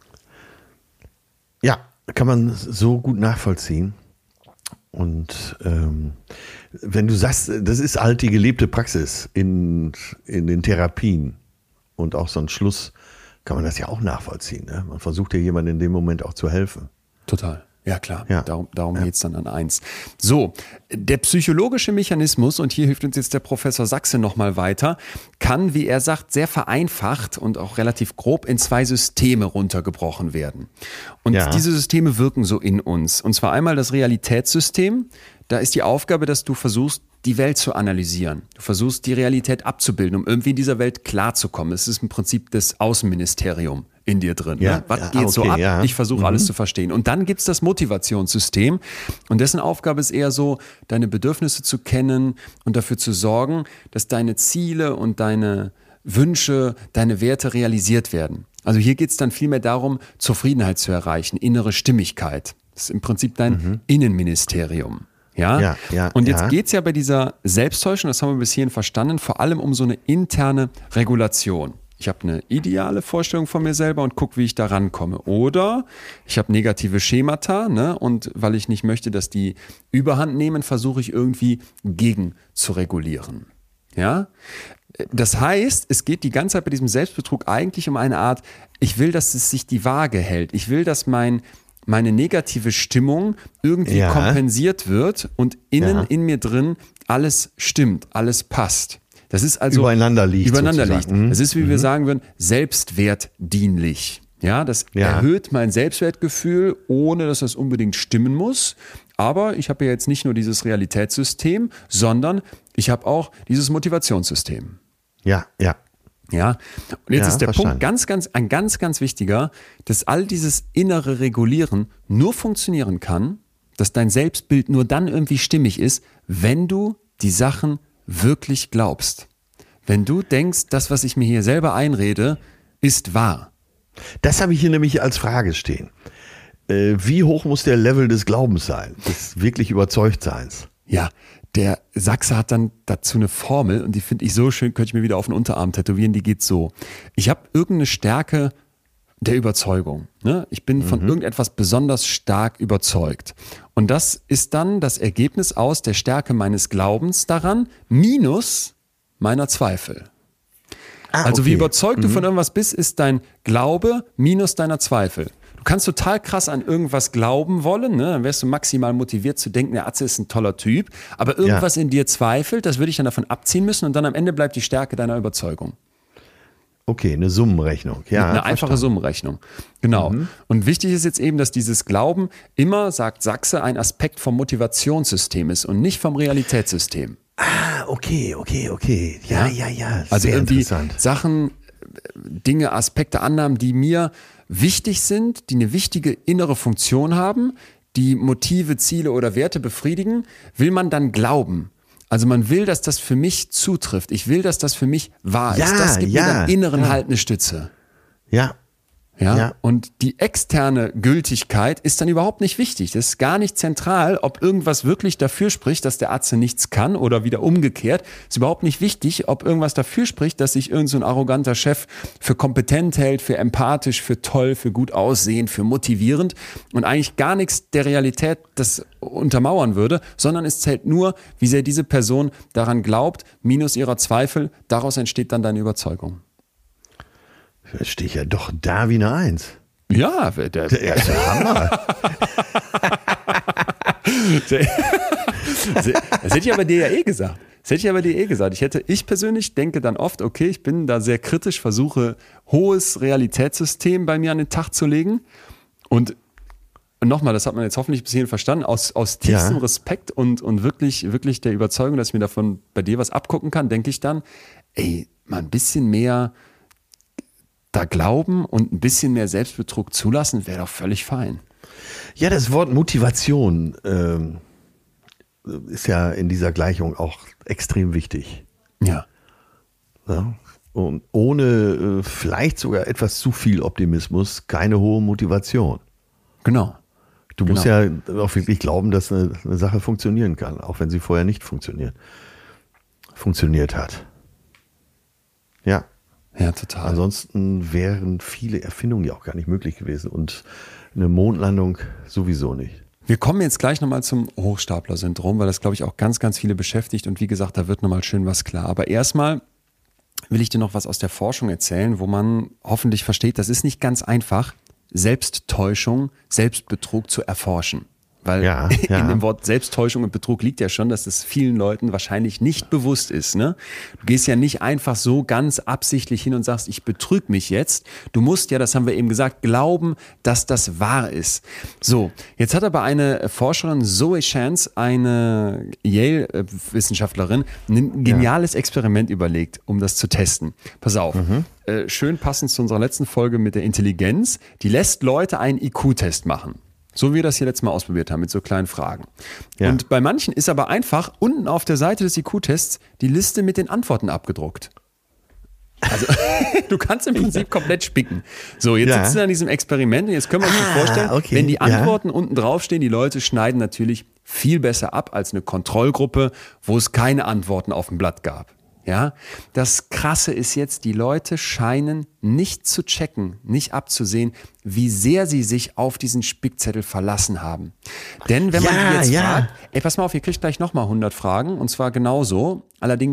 Ja, kann man so gut nachvollziehen. Und ähm, wenn du sagst, das ist halt die gelebte Praxis in, in den Therapien und auch so ein Schluss, kann man das ja auch nachvollziehen. Ne? Man versucht ja jemandem in dem Moment auch zu helfen. Total. Ja, klar. Ja. Darum, darum ja. geht es dann an eins. So, der psychologische Mechanismus, und hier hilft uns jetzt der Professor Sachse nochmal weiter, kann, wie er sagt, sehr vereinfacht und auch relativ grob in zwei Systeme runtergebrochen werden. Und ja. diese Systeme wirken so in uns. Und zwar einmal das Realitätssystem. Da ist die Aufgabe, dass du versuchst, die Welt zu analysieren. Du versuchst, die Realität abzubilden, um irgendwie in dieser Welt klarzukommen. Es ist im Prinzip das Außenministerium in dir drin. Ja, ne? Was ja, geht okay, so ab? Ja. Ich versuche mhm. alles zu verstehen. Und dann gibt es das Motivationssystem. Und dessen Aufgabe ist eher so, deine Bedürfnisse zu kennen und dafür zu sorgen, dass deine Ziele und deine Wünsche, deine Werte realisiert werden. Also hier geht es dann vielmehr darum, Zufriedenheit zu erreichen, innere Stimmigkeit. Das ist im Prinzip dein mhm. Innenministerium. Ja? Ja, ja, und jetzt ja. geht es ja bei dieser Selbsttäuschung, das haben wir bis hierhin verstanden, vor allem um so eine interne Regulation. Ich habe eine ideale Vorstellung von mir selber und gucke, wie ich da rankomme. Oder ich habe negative Schemata, ne? Und weil ich nicht möchte, dass die Überhand nehmen, versuche ich irgendwie gegen zu regulieren. Ja? das heißt, es geht die ganze Zeit bei diesem Selbstbetrug eigentlich um eine Art, ich will, dass es sich die Waage hält. Ich will, dass mein, meine negative Stimmung irgendwie Ja. kompensiert wird und innen Ja. in mir drin alles stimmt, alles passt. Das ist also Übereinander liegt Übereinander liegt. sozusagen. Mhm. Das ist, wie wir sagen würden, selbstwertdienlich. Ja, das Ja. erhöht mein Selbstwertgefühl, ohne dass das unbedingt stimmen muss. Aber ich habe ja jetzt nicht nur dieses Realitätssystem, sondern ich habe auch dieses Motivationssystem. Ja, ja. Ja, und jetzt Ja, ist der verstanden. Punkt ganz, ganz, ein ganz, ganz wichtiger, dass all dieses innere Regulieren nur funktionieren kann, dass dein Selbstbild nur dann irgendwie stimmig ist, wenn du die Sachen wirklich glaubst. Wenn du denkst, das, was ich mir hier selber einrede, ist wahr. Das habe ich hier nämlich als Frage stehen. Äh, wie hoch muss der Level des Glaubens sein, des wirklich Überzeugtseins? Ja, der Sachse hat dann dazu eine Formel und die finde ich so schön, könnte ich mir wieder auf den Unterarm tätowieren, die geht so. Ich habe irgendeine Stärke der Überzeugung. Ne? Ich bin von irgendetwas besonders stark überzeugt. Und das ist dann das Ergebnis aus der Stärke meines Glaubens daran, minus meiner Zweifel. Ah, Also wie okay. überzeugt du von irgendwas bist, ist dein Glaube minus deiner Zweifel. Du kannst total krass an irgendwas glauben wollen, ne? Dann wärst du maximal motiviert zu denken, der Atze ist ein toller Typ, aber irgendwas Ja. in dir zweifelt, das würde ich dann davon abziehen müssen und dann am Ende bleibt die Stärke deiner Überzeugung. Okay, eine Summenrechnung. Ja, Eine einfache verstanden. Summenrechnung. Genau. Und wichtig ist jetzt eben, dass dieses Glauben immer, sagt Sachse, ein Aspekt vom Motivationssystem ist und nicht vom Realitätssystem. Ah, okay, okay, okay. Ja, ja, ja. Also Sehr irgendwie interessant. Sachen, Dinge, Aspekte, Annahmen, die mir wichtig sind, die eine wichtige innere Funktion haben, die Motive, Ziele oder Werte befriedigen, will man dann glauben. Also man will, dass das für mich zutrifft. Ich will, dass das für mich wahr Ja, ist. Das gibt ja, mir dann inneren ja. Halt eine Stütze. Ja, Ja? Ja. Und die externe Gültigkeit ist dann überhaupt nicht wichtig. Das ist gar nicht zentral, ob irgendwas wirklich dafür spricht, dass der Arzt nichts kann oder wieder umgekehrt. Ist überhaupt nicht wichtig, ob irgendwas dafür spricht, dass sich irgend so ein arroganter Chef für kompetent hält, für empathisch, für toll, für gut aussehend, für motivierend und eigentlich gar nichts der Realität das untermauern würde, sondern es zählt nur, wie sehr diese Person daran glaubt, minus ihrer Zweifel. Daraus entsteht dann deine Überzeugung. da stehe ich ja doch da wie eine Eins. Ja, der, der, Ja, ist ja Hammer. Das hätte ich aber dir ja eh gesagt. Das hätte ich aber dir eh gesagt. Ich hätte, ich persönlich denke dann oft, okay, ich bin da sehr kritisch, versuche hohes Realitätssystem bei mir an den Tag zu legen. Und nochmal, das hat man jetzt hoffentlich bis hierhin verstanden, aus, aus tiefstem Ja. Respekt und, und wirklich, wirklich der Überzeugung, dass ich mir davon bei dir was abgucken kann, denke ich dann, ey, mal ein bisschen mehr da glauben und ein bisschen mehr Selbstbetrug zulassen, wäre doch völlig fein. Ja, das Wort Motivation ähm, ist ja in dieser Gleichung auch extrem wichtig. Ja. Ja? Und ohne äh, vielleicht sogar etwas zu viel Optimismus keine hohe Motivation. Genau. Du musst Genau. ja auch wirklich glauben, dass eine, eine Sache funktionieren kann, auch wenn sie vorher nicht funktioniert, funktioniert hat. Ja. Ja, total. Ansonsten wären viele Erfindungen ja auch gar nicht möglich gewesen und eine Mondlandung sowieso nicht. Wir kommen jetzt gleich nochmal zum Hochstapler-Syndrom, weil das, glaube ich, auch ganz, ganz viele beschäftigt. Und wie gesagt, da wird nochmal schön was klar. Aber erstmal will ich dir noch was aus der Forschung erzählen, wo man hoffentlich versteht, das ist nicht ganz einfach, Selbsttäuschung, Selbstbetrug zu erforschen. Weil Ja, ja. in dem Wort Selbsttäuschung und Betrug liegt ja schon, dass es vielen Leuten wahrscheinlich nicht bewusst ist. Ne? Du gehst ja nicht einfach so ganz absichtlich hin und sagst, ich betrüge mich jetzt. Du musst ja, das haben wir eben gesagt, glauben, dass das wahr ist. So, jetzt hat aber eine Forscherin, Zoe Chance, eine Yale-Wissenschaftlerin, ein geniales Experiment überlegt, um das zu testen. Pass auf, äh, schön passend zu unserer letzten Folge mit der Intelligenz. Die lässt Leute einen I Q-Test machen. So wie wir das hier letztes Mal ausprobiert haben, mit so kleinen Fragen. Ja. Und bei manchen ist aber einfach unten auf der Seite des I Q-Tests die Liste mit den Antworten abgedruckt. Also du kannst im Prinzip komplett spicken. So, jetzt Ja. sitzen wir an diesem Experiment und jetzt können wir uns Ah, das vorstellen, okay. wenn die Ja. Antworten unten draufstehen, die Leute schneiden natürlich viel besser ab als eine Kontrollgruppe, wo es keine Antworten auf dem Blatt gab. Ja, das Krasse ist jetzt, die Leute scheinen nicht zu checken, nicht abzusehen, wie sehr sie sich auf diesen Spickzettel verlassen haben. Denn wenn man Ja, die jetzt ja. fragt, ey, pass mal auf, ihr kriegt gleich nochmal hundert Fragen und zwar genauso. Allerdings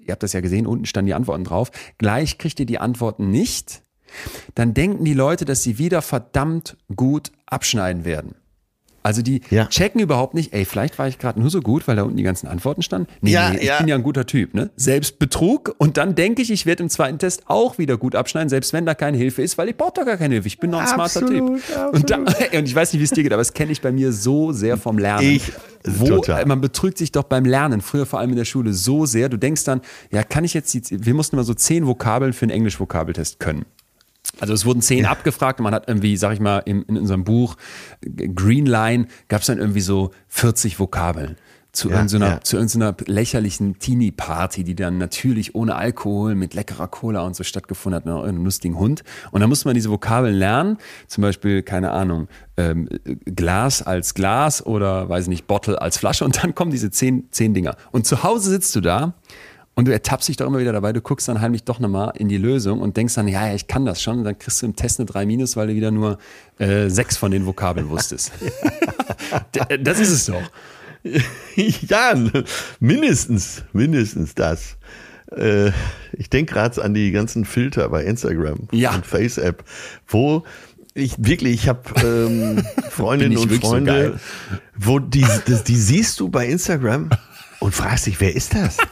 ihr habt das ja gesehen, unten standen die Antworten drauf, gleich kriegt ihr die Antworten nicht, dann denken die Leute, dass sie wieder verdammt gut abschneiden werden. Also die ja. checken überhaupt nicht, ey, vielleicht war ich gerade nur so gut, weil da unten die ganzen Antworten standen. Nee, ja, nee, ich ja. bin ja ein guter Typ, ne? Selbstbetrug und dann denke ich, ich werde im zweiten Test auch wieder gut abschneiden, selbst wenn da keine Hilfe ist, weil ich brauche da gar keine Hilfe. Ich bin noch ein smarter Typ. Absolut. Und, da, und ich weiß nicht, wie es dir geht, aber das kenne ich bei mir so sehr vom Lernen. Ich, Wo, total. Man betrügt sich doch beim Lernen, früher vor allem in der Schule, so sehr. Du denkst dann, ja, kann ich jetzt, die, wir mussten immer so zehn Vokabeln für einen Englisch-Vokabeltest können. Also es wurden zehn ja. abgefragt und man hat irgendwie, sag ich mal, in, in unserem Buch Green Line gab es dann irgendwie so vierzig Vokabeln. Zu, ja, irgendeiner, ja. zu irgendeiner lächerlichen Teenie-Party, die dann natürlich ohne Alkohol, mit leckerer Cola und so stattgefunden hat, mit einem lustigen Hund. Und dann musste man diese Vokabeln lernen, zum Beispiel, keine Ahnung, ähm, Glas als Glas oder, weiß ich nicht, Bottle als Flasche und dann kommen diese zehn, zehn Dinger. Und zu Hause sitzt du da und du ertappst dich doch immer wieder dabei, du guckst dann heimlich doch nochmal in die Lösung und denkst dann, ja, ja, ich kann das schon. Und dann kriegst du im Test eine drei minus, weil du wieder nur äh, sechs von den Vokabeln wusstest. Das ist es doch. Ja, mindestens, mindestens das. Äh, ich denke gerade an die ganzen Filter bei Instagram ja. und Face-App, wo ich wirklich, ich habe ähm, Freundinnen und Freunde, so wo die, das, die siehst du bei Instagram und fragst dich, wer ist das?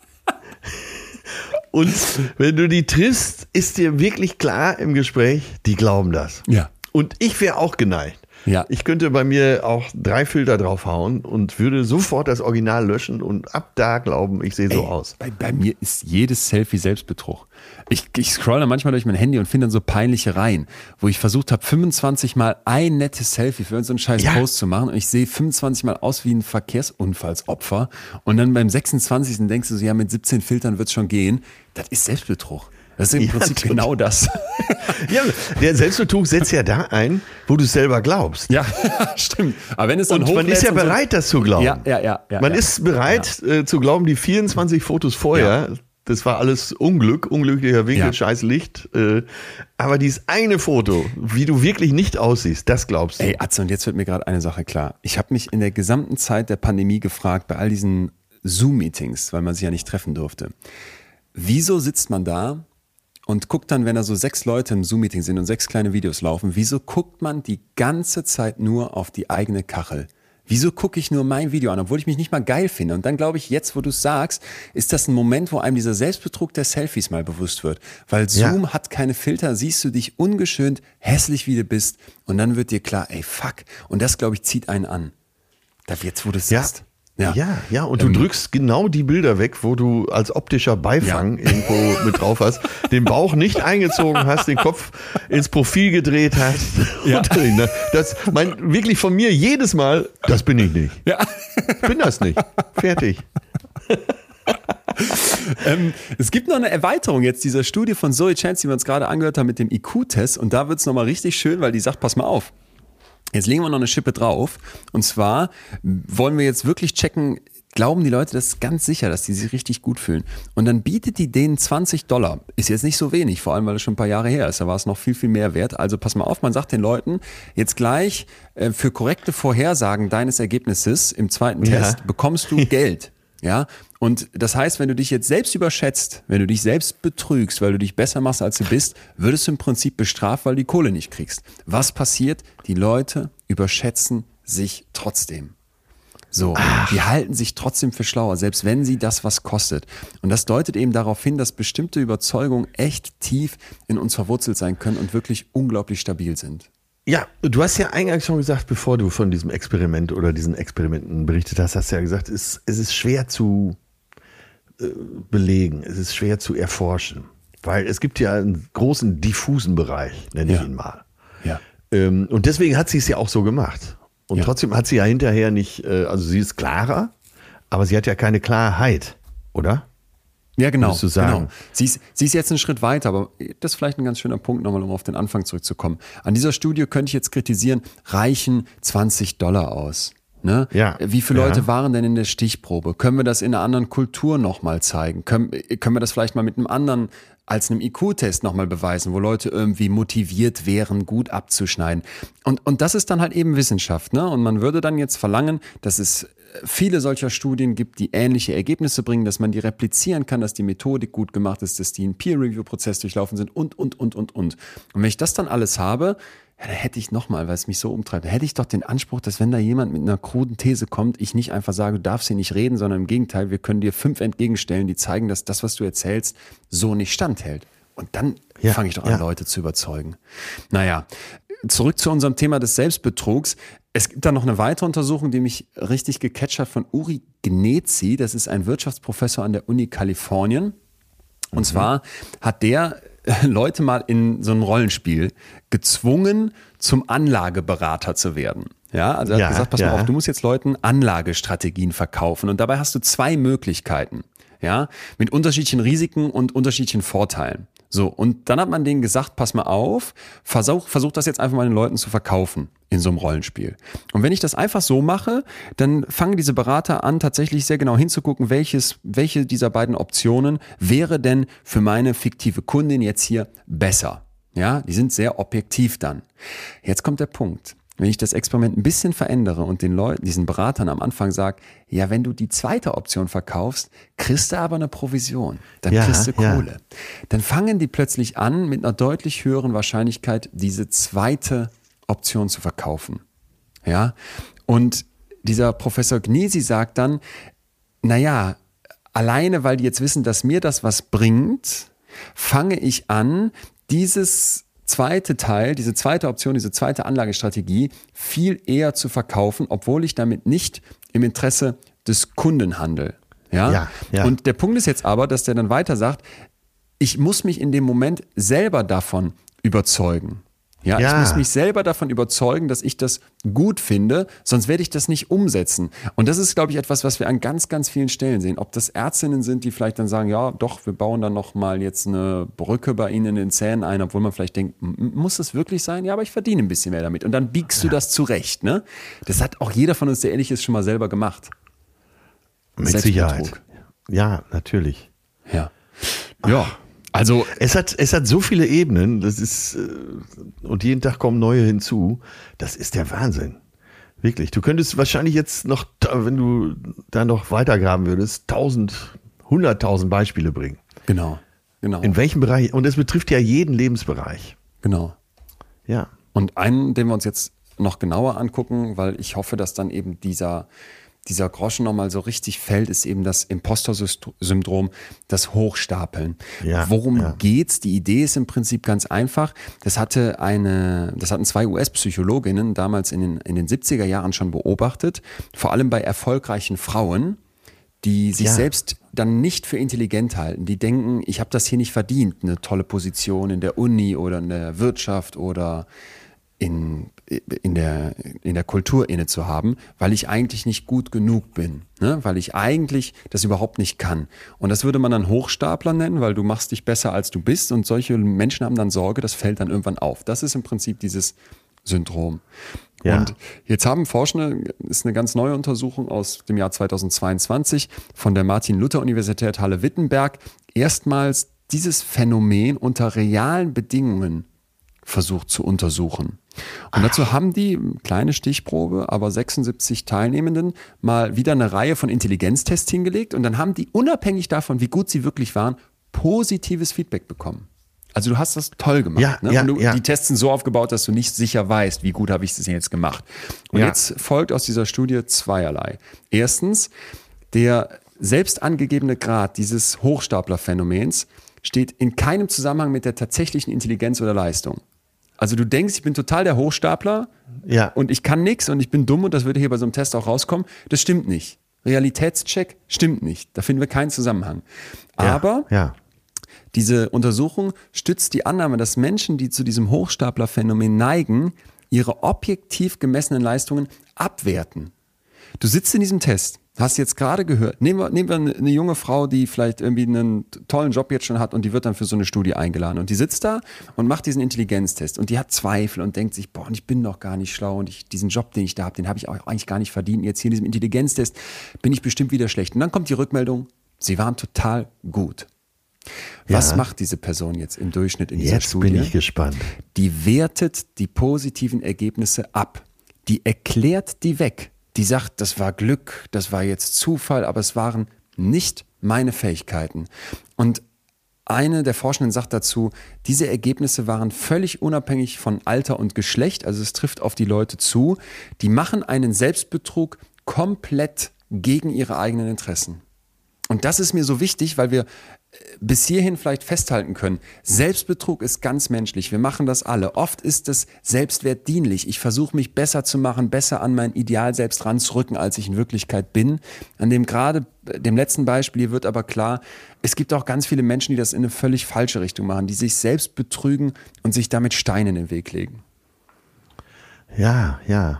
Und wenn du die triffst, ist dir wirklich klar im Gespräch, die glauben das. Ja. Und ich wäre auch geneigt. Ja. Ich könnte bei mir auch drei Filter draufhauen und würde sofort das Original löschen und ab da glauben, ich sehe so Ey, aus. Bei, bei mir ist jedes Selfie Selbstbetrug. Ich, ich scrolle manchmal durch mein Handy und finde dann so peinliche Reihen, wo ich versucht habe, fünfundzwanzig Mal ein nettes Selfie für so einen scheiß Ja. Post zu machen und ich sehe fünfundzwanzig Mal aus wie ein Verkehrsunfallsopfer und dann beim sechsundzwanzigsten denkst du so, ja, mit siebzehn Filtern wird es schon gehen. Das ist Selbstbetrug. Das ist im Ja, Prinzip total. genau das. Ja, der Selbstbetrug setzt ja da ein, wo du es selber glaubst. Ja, stimmt. Aber wenn es dann Und man ist hochlädst ja und so- bereit, das zu glauben. Ja, ja, ja. ja man ja. ist bereit äh, zu glauben, die vierundzwanzig Fotos vorher, das war alles Unglück, unglücklicher Winkel, Ja. scheiß Licht. Äh, aber dieses eine Foto, wie du wirklich nicht aussiehst, das glaubst du. Ey, Atze, und jetzt wird mir gerade eine Sache klar. Ich habe mich in der gesamten Zeit der Pandemie gefragt, bei all diesen Zoom-Meetings, weil man sich ja nicht treffen durfte, wieso sitzt man da und guckt dann, wenn da so sechs Leute im Zoom-Meeting sind und sechs kleine Videos laufen, wieso guckt man die ganze Zeit nur auf die eigene Kachel? Wieso gucke ich nur mein Video an, obwohl ich mich nicht mal geil finde? Und dann glaube ich, jetzt, wo du es sagst, ist das ein Moment, wo einem dieser Selbstbetrug der Selfies mal bewusst wird. Weil Zoom Ja. hat keine Filter, siehst du dich ungeschönt, hässlich wie du bist und dann wird dir klar, ey, fuck. Und das, glaube ich, zieht einen an. Da jetzt, wo du es Ja. sagst. Ja, ja, und du Ähm, drückst genau die Bilder weg, wo du als optischer Beifang irgendwo mit drauf hast, den Bauch nicht eingezogen hast, den Kopf ins Profil gedreht hast. Ja. Und, ne, das mein wirklich von mir jedes Mal, das bin ich nicht. Ja. Ich bin das nicht. Fertig. Ähm, es gibt noch eine Erweiterung jetzt dieser Studie von Zoe Chance, die wir uns gerade angehört haben mit dem I Q-Test. Und da wird es nochmal richtig schön, weil die sagt, pass mal auf. Jetzt legen wir noch eine Schippe drauf. Und zwar wollen wir jetzt wirklich checken, glauben die Leute das ganz sicher, dass die sich richtig gut fühlen. Und dann bietet die denen zwanzig Dollar. Ist jetzt nicht so wenig, vor allem, weil es schon ein paar Jahre her ist. Da war es noch viel, viel mehr wert. Also pass mal auf, man sagt den Leuten jetzt gleich, äh, für korrekte Vorhersagen deines Ergebnisses im zweiten Ja. Test bekommst du Geld. Ja, und das heißt, wenn du dich jetzt selbst überschätzt, wenn du dich selbst betrügst, weil du dich besser machst, als du bist, würdest du im Prinzip bestraft, weil du die Kohle nicht kriegst. Was passiert? Die Leute überschätzen sich trotzdem. So, Ach. die halten sich trotzdem für schlauer, selbst wenn sie das was kostet. Und das deutet eben darauf hin, dass bestimmte Überzeugungen echt tief in uns verwurzelt sein können und wirklich unglaublich stabil sind. Ja, du hast ja eingangs schon gesagt, bevor du von diesem Experiment oder diesen Experimenten berichtet hast, hast du ja gesagt, es, es ist schwer zu äh, belegen, es ist schwer zu erforschen, weil es gibt ja einen großen diffusen Bereich, nenne ich Ja. ihn mal. Ja. Ähm, und deswegen hat sie es ja auch so gemacht. Und Ja. trotzdem hat sie ja hinterher nicht, äh, also sie ist klarer, aber sie hat ja keine Klarheit, oder? Ja, genau. Würdest du sagen? genau. Sie, ist, sie ist jetzt einen Schritt weiter, aber das ist vielleicht ein ganz schöner Punkt, nochmal, um auf den Anfang zurückzukommen. An dieser Studie könnte ich jetzt kritisieren, reichen zwanzig Dollar aus? Ne? Ja. Wie viele Ja. Leute waren denn in der Stichprobe? Können wir das in einer anderen Kultur nochmal zeigen? Können, können wir das vielleicht mal mit einem anderen, als einem I Q-Test nochmal beweisen, wo Leute irgendwie motiviert wären, gut abzuschneiden? Und, und das ist dann halt eben Wissenschaft, ne? Und man würde dann jetzt verlangen, dass es viele solcher Studien gibt, die ähnliche Ergebnisse bringen, dass man die replizieren kann, dass die Methodik gut gemacht ist, dass die einen Peer-Review-Prozess durchlaufen sind und, und, und, und, und. Und wenn ich das dann alles habe, ja, da hätte ich nochmal, weil es mich so umtreibt, da hätte ich doch den Anspruch, dass wenn da jemand mit einer kruden These kommt, ich nicht einfach sage, du darfst hier nicht reden, sondern im Gegenteil, wir können dir fünf entgegenstellen, die zeigen, dass das, was du erzählst, so nicht standhält. Und dann ja, fange ich doch an, ja. Leute zu überzeugen. Naja, zurück zu unserem Thema des Selbstbetrugs. Es gibt da noch eine weitere Untersuchung, die mich richtig gecatcht hat, von Uri Gnezi. Das ist ein Wirtschaftsprofessor an der Uni Kalifornien. Und mhm. zwar hat der Leute mal in so ein Rollenspiel gezwungen, zum Anlageberater zu werden. Ja, also er ja, hat gesagt, pass ja. mal auf, du musst jetzt Leuten Anlagestrategien verkaufen. Und dabei hast du zwei Möglichkeiten. Ja, mit unterschiedlichen Risiken und unterschiedlichen Vorteilen. So, und dann hat man denen gesagt, pass mal auf, versuch, versuch das jetzt einfach mal den Leuten zu verkaufen in so einem Rollenspiel. Und wenn ich das einfach so mache, dann fangen diese Berater an, tatsächlich sehr genau hinzugucken, welches, welche dieser beiden Optionen wäre denn für meine fiktive Kundin jetzt hier besser. Ja, die sind sehr objektiv dann. Jetzt kommt der Punkt. Wenn ich das Experiment ein bisschen verändere und den Leuten, diesen Beratern am Anfang sage, ja, wenn du die zweite Option verkaufst, kriegst du aber eine Provision, dann ja, kriegst du Kohle. Ja. Dann fangen die plötzlich an, mit einer deutlich höheren Wahrscheinlichkeit diese zweite Option zu verkaufen. Ja, und dieser Professor Gnesi sagt dann, naja, alleine, weil die jetzt wissen, dass mir das was bringt, fange ich an, dieses zweite Teil, diese zweite Option, diese zweite Anlagestrategie viel eher zu verkaufen, obwohl ich damit nicht im Interesse des Kunden handle. Ja? Ja, ja. Und der Punkt ist jetzt aber, dass der dann weiter sagt, ich muss mich in dem Moment selber davon überzeugen. Ja, Ja. ich muss mich selber davon überzeugen, dass ich das gut finde, sonst werde ich das nicht umsetzen. Und das ist, glaube ich, etwas, was wir an ganz, ganz vielen Stellen sehen. Ob das Ärztinnen sind, die vielleicht dann sagen, ja, doch, wir bauen dann noch mal jetzt eine Brücke bei ihnen in den Zähnen ein, obwohl man vielleicht denkt, muss das wirklich sein? Ja, aber ich verdiene ein bisschen mehr damit. Und dann biegst du das zurecht, ne? Das hat auch jeder von uns, der ehrlich ist, schon mal selber gemacht. Mit Sicherheit. Ja, natürlich. Ja. Ja. Also Es hat, es hat so viele Ebenen, das ist, äh, und jeden Tag kommen neue hinzu. Das ist der Wahnsinn. Wirklich. Du könntest wahrscheinlich jetzt noch, wenn du da noch weitergraben würdest, tausend, hunderttausend Beispiele bringen. genau, genau, In welchem Bereich? Und es betrifft ja jeden Lebensbereich. genau. Ja. Und einen, den wir uns jetzt noch genauer angucken, weil ich hoffe, dass dann eben dieser, dieser Groschen nochmal so richtig fällt, ist eben das Imposter-Syndrom, das Hochstapeln. Ja, Worum ja. geht's? Die Idee ist im Prinzip ganz einfach. Das hatte eine, das hatten zwei U S-Psychologinnen damals in den, in den siebziger Jahren schon beobachtet, vor allem bei erfolgreichen Frauen, die sich Ja. selbst dann nicht für intelligent halten. Die denken, ich habe das hier nicht verdient, eine tolle Position in der Uni oder in der Wirtschaft oder in, in, der, in der Kultur inne zu haben, weil ich eigentlich nicht gut genug bin, ne? Weil ich eigentlich das überhaupt nicht kann. Und das würde man dann Hochstapler nennen, weil du machst dich besser, als du bist, und solche Menschen haben dann Sorge, das fällt dann irgendwann auf. Das ist im Prinzip dieses Syndrom. Ja. Und jetzt haben Forschende, ist eine ganz neue Untersuchung aus dem Jahr zweitausendzweiundzwanzig von der Martin-Luther-Universität Halle-Wittenberg, erstmals dieses Phänomen unter realen Bedingungen versucht zu untersuchen. Und dazu haben die, kleine Stichprobe, aber sechsundsiebzig Teilnehmenden, mal wieder eine Reihe von Intelligenztests hingelegt, und dann haben die, unabhängig davon, wie gut sie wirklich waren, positives Feedback bekommen. Also du hast das toll gemacht. Ja, ne? ja, Und du, ja. die Tests sind so aufgebaut, dass du nicht sicher weißt, wie gut habe ich das denn jetzt gemacht. Und Ja. jetzt folgt aus dieser Studie zweierlei. Erstens, der selbst angegebene Grad dieses Hochstaplerphänomens steht in keinem Zusammenhang mit der tatsächlichen Intelligenz oder Leistung. Also du denkst, ich bin total der Hochstapler Ja. und ich kann nichts und ich bin dumm, und das würde hier bei so einem Test auch rauskommen. Das stimmt nicht. Realitätscheck stimmt nicht. Da finden wir keinen Zusammenhang. Aber Ja. diese Untersuchung stützt die Annahme, dass Menschen, die zu diesem Hochstaplerphänomen neigen, ihre objektiv gemessenen Leistungen abwerten. Du sitzt in diesem Test, hast jetzt gerade gehört, nehmen wir, nehmen wir eine, eine junge Frau, die vielleicht irgendwie einen tollen Job jetzt schon hat, und die wird dann für so eine Studie eingeladen, und die sitzt da und macht diesen Intelligenztest, und die hat Zweifel und denkt sich, boah, ich bin doch gar nicht schlau, und ich, diesen Job, den ich da habe, den habe ich auch eigentlich gar nicht verdient. Jetzt hier in diesem Intelligenztest bin ich bestimmt wieder schlecht. Und dann kommt die Rückmeldung, sie waren total gut. Was Ja. macht diese Person jetzt im Durchschnitt in dieser Jetzt Studie? bin ich gespannt. Die wertet die positiven Ergebnisse ab. Die erklärt die weg. die sagt, das war Glück, das war jetzt Zufall, aber es waren nicht meine Fähigkeiten. Und eine der Forschenden sagt dazu, diese Ergebnisse waren völlig unabhängig von Alter und Geschlecht, also es trifft auf die Leute zu, die machen einen Selbstbetrug komplett gegen ihre eigenen Interessen. Und das ist mir so wichtig, weil wir bis hierhin vielleicht festhalten können, Selbstbetrug ist ganz menschlich, wir machen das alle. Oft ist es selbstwertdienlich. Ich versuche mich besser zu machen, besser an mein Ideal selbst ranzurücken, als ich in Wirklichkeit bin. An dem gerade, dem letzten Beispiel wird aber klar, es gibt auch ganz viele Menschen, die das in eine völlig falsche Richtung machen, die sich selbst betrügen und sich damit Steine in den Weg legen. Ja, ja.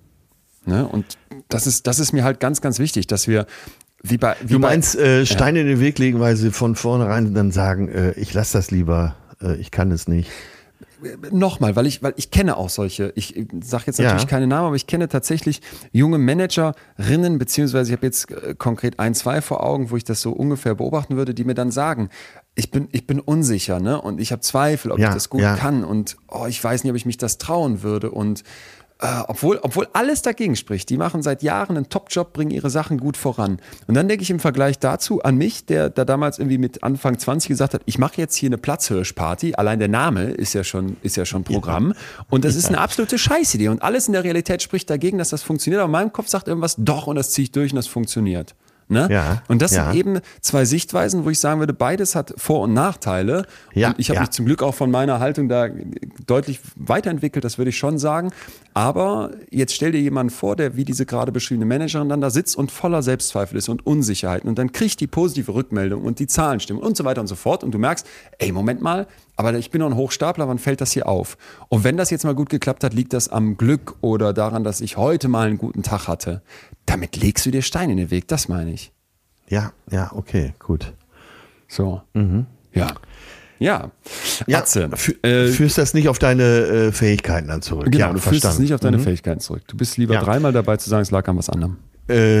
Ne? Und das ist, das ist mir halt ganz, ganz wichtig, dass wir Wie bei, wie du meinst äh, Steine ja. in den Weg legen, weil sie von vornherein dann sagen, äh, ich lasse das lieber, äh, ich kann es nicht. Nochmal, weil ich, weil ich kenne auch solche, ich sage jetzt natürlich ja. keine Namen, aber ich kenne tatsächlich junge Managerinnen, beziehungsweise ich habe jetzt äh, konkret ein, zwei vor Augen, wo ich das so ungefähr beobachten würde, die mir dann sagen, ich bin, ich bin unsicher, ne? Und ich habe Zweifel, ob ja, ich das gut ja. kann und oh, ich weiß nicht, ob ich mich das trauen würde und Äh, obwohl, obwohl alles dagegen spricht. Die machen seit Jahren einen Top-Job, bringen ihre Sachen gut voran. Und dann denke ich im Vergleich dazu an mich, der da damals irgendwie mit Anfang zwanzig gesagt hat, ich mache jetzt hier eine Platzhirsch-Party. Allein der Name ist ja schon, ist ja schon Programm. Ja. Und das ja. ist eine absolute Scheißidee. Und alles in der Realität spricht dagegen, dass das funktioniert. Aber mein Kopf sagt irgendwas, doch, und das ziehe ich durch und das funktioniert. Ne? Ja, und das ja. sind eben zwei Sichtweisen, wo ich sagen würde, beides hat Vor- und Nachteile. Ja, und ich habe ja. mich zum Glück auch von meiner Haltung da deutlich weiterentwickelt, das würde ich schon sagen. Aber jetzt stell dir jemanden vor, der wie diese gerade beschriebene Managerin dann da sitzt und voller Selbstzweifel ist und Unsicherheiten und dann kriegt die positive Rückmeldung und die Zahlen stimmen und so weiter und so fort und du merkst, ey, Moment mal, aber ich bin noch ein Hochstapler, wann fällt das hier auf? Und wenn das jetzt mal gut geklappt hat, liegt das am Glück oder daran, dass ich heute mal einen guten Tag hatte. Damit legst du dir Steine in den Weg, das meine ich. Ja, ja, okay, gut. So. Mhm. Ja. Ja. Ja, Atze, fü- äh, führst das nicht auf deine äh, Fähigkeiten dann zurück. Genau, ja, du führst es nicht auf deine mhm. Fähigkeiten zurück. Du bist lieber Ja. dreimal dabei zu sagen, es lag an was anderem. Äh,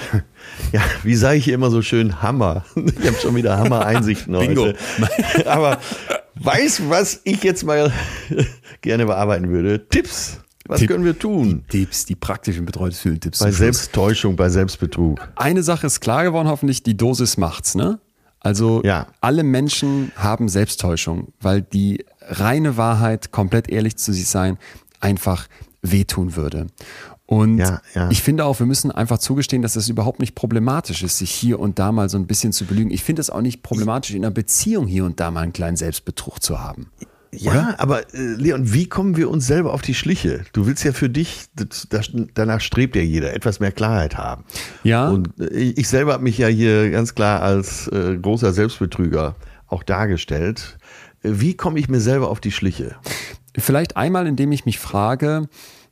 ja, wie sage ich hier immer so schön, Hammer. Ich habe schon wieder Hammer-Einsichten heute. Bingo. Aber weißt du, was ich jetzt mal gerne bearbeiten würde? Tipps. Was Tipp, können wir tun? Die Tipps, die praktischen betreutes Fühlen-Tipps. Bei Selbsttäuschung, bei Selbstbetrug. Eine Sache ist klar geworden, hoffentlich, die Dosis macht's, ne? Also ja. alle Menschen haben Selbsttäuschung, weil die reine Wahrheit, komplett ehrlich zu sich sein, einfach wehtun würde. Und ja, ja. ich finde auch, wir müssen einfach zugestehen, dass es überhaupt nicht problematisch ist, sich hier und da mal so ein bisschen zu belügen. Ich finde es auch nicht problematisch, in einer Beziehung hier und da mal einen kleinen Selbstbetrug zu haben. Ja, Oder? aber äh, Leon, wie kommen wir uns selber auf die Schliche? Du willst ja für dich, das, das, danach strebt ja jeder, etwas mehr Klarheit haben. Ja. Und äh, ich selber habe mich ja hier ganz klar als äh, großer Selbstbetrüger auch dargestellt. Äh, wie komme ich mir selber auf die Schliche? Vielleicht einmal, indem ich mich frage,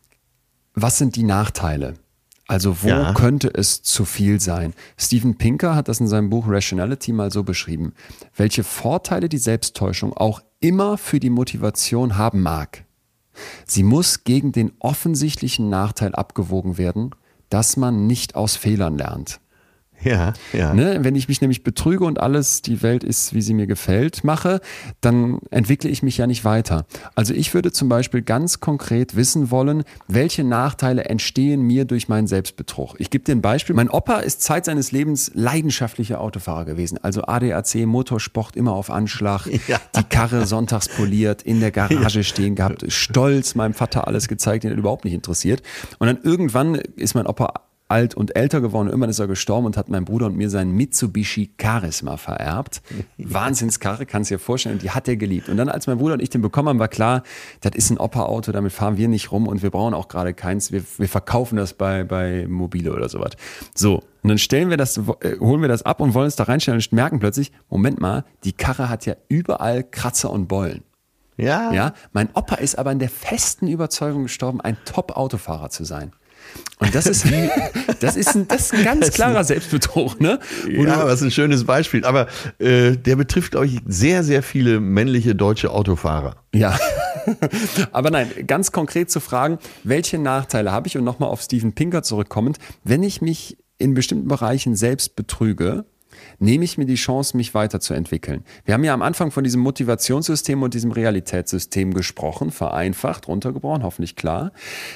was sind die Nachteile? Also wo Ja. könnte es zu viel sein? Steven Pinker hat das in seinem Buch Rationality mal so beschrieben, welche Vorteile die Selbsttäuschung auch immer für die Motivation haben mag. Sie muss gegen den offensichtlichen Nachteil abgewogen werden, dass man nicht aus Fehlern lernt. Ja, ja. Ne? Wenn ich mich nämlich betrüge und alles, die Welt ist, wie sie mir gefällt, mache, dann entwickle ich mich ja nicht weiter. Also ich würde zum Beispiel ganz konkret wissen wollen, welche Nachteile entstehen mir durch meinen Selbstbetrug. Ich gebe dir ein Beispiel. Mein Opa ist Zeit seines Lebens leidenschaftlicher Autofahrer gewesen. Also A D A C, Motorsport immer auf Anschlag, Ja. die Karre sonntags poliert, in der Garage stehen gehabt, stolz meinem Vater alles gezeigt, den er überhaupt nicht interessiert. Und dann irgendwann ist mein Opa alt und älter geworden. Irgendwann ist er gestorben und hat mein Bruder und mir seinen Mitsubishi Charisma vererbt. Wahnsinnskarre, kannst du dir vorstellen. Und die hat er geliebt. Und dann, als mein Bruder und ich den bekommen haben, war klar, das ist ein Opa-Auto, damit fahren wir nicht rum und wir brauchen auch gerade keins. Wir, wir verkaufen das bei, bei Mobile oder sowas. So, und dann stellen wir das, äh, holen wir das ab und wollen es da reinstellen und merken plötzlich, Moment mal, die Karre hat ja überall Kratzer und Beulen. Ja. Ja, mein Opa ist aber in der festen Überzeugung gestorben, ein Top-Autofahrer zu sein. Und das ist wie, das ist ein, das ist ein ganz klarer Selbstbetrug, ne? Wo Ja, du- das ist ein schönes Beispiel. Aber äh, der betrifft euch sehr, sehr viele männliche deutsche Autofahrer. Ja, aber nein, ganz konkret zu fragen, welche Nachteile habe ich und nochmal auf Steven Pinker zurückkommend, wenn ich mich in bestimmten Bereichen selbst betrüge, nehme ich mir die Chance, mich weiterzuentwickeln. Wir haben ja am Anfang von diesem Motivationssystem und diesem Realitätssystem gesprochen, vereinfacht, runtergebrochen, hoffentlich klar.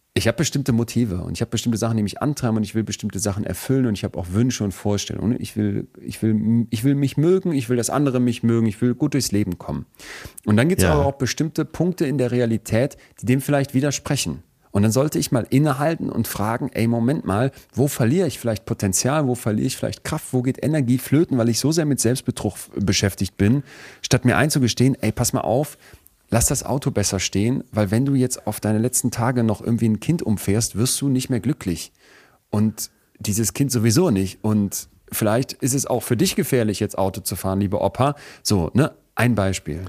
Ich habe bestimmte Motive und ich habe bestimmte Sachen, die mich antreiben und ich will bestimmte Sachen erfüllen und ich habe auch Wünsche und Vorstellungen. Ich will, ich will, ich will mich mögen, ich will, dass andere mich mögen, ich will gut durchs Leben kommen. Und dann gibt es Ja. aber auch bestimmte Punkte in der Realität, die dem vielleicht widersprechen. Und dann sollte ich mal innehalten und fragen, ey, Moment mal, wo verliere ich vielleicht Potenzial, wo verliere ich vielleicht Kraft, wo geht Energie flöten, weil ich so sehr mit Selbstbetrug beschäftigt bin, statt mir einzugestehen, ey, pass mal auf, lass das Auto besser stehen, weil wenn du jetzt auf deine letzten Tage noch irgendwie ein Kind umfährst, wirst du nicht mehr glücklich. Und dieses Kind sowieso nicht. Und vielleicht ist es auch für dich gefährlich, jetzt Auto zu fahren, liebe Opa. So, ne? Ein Beispiel.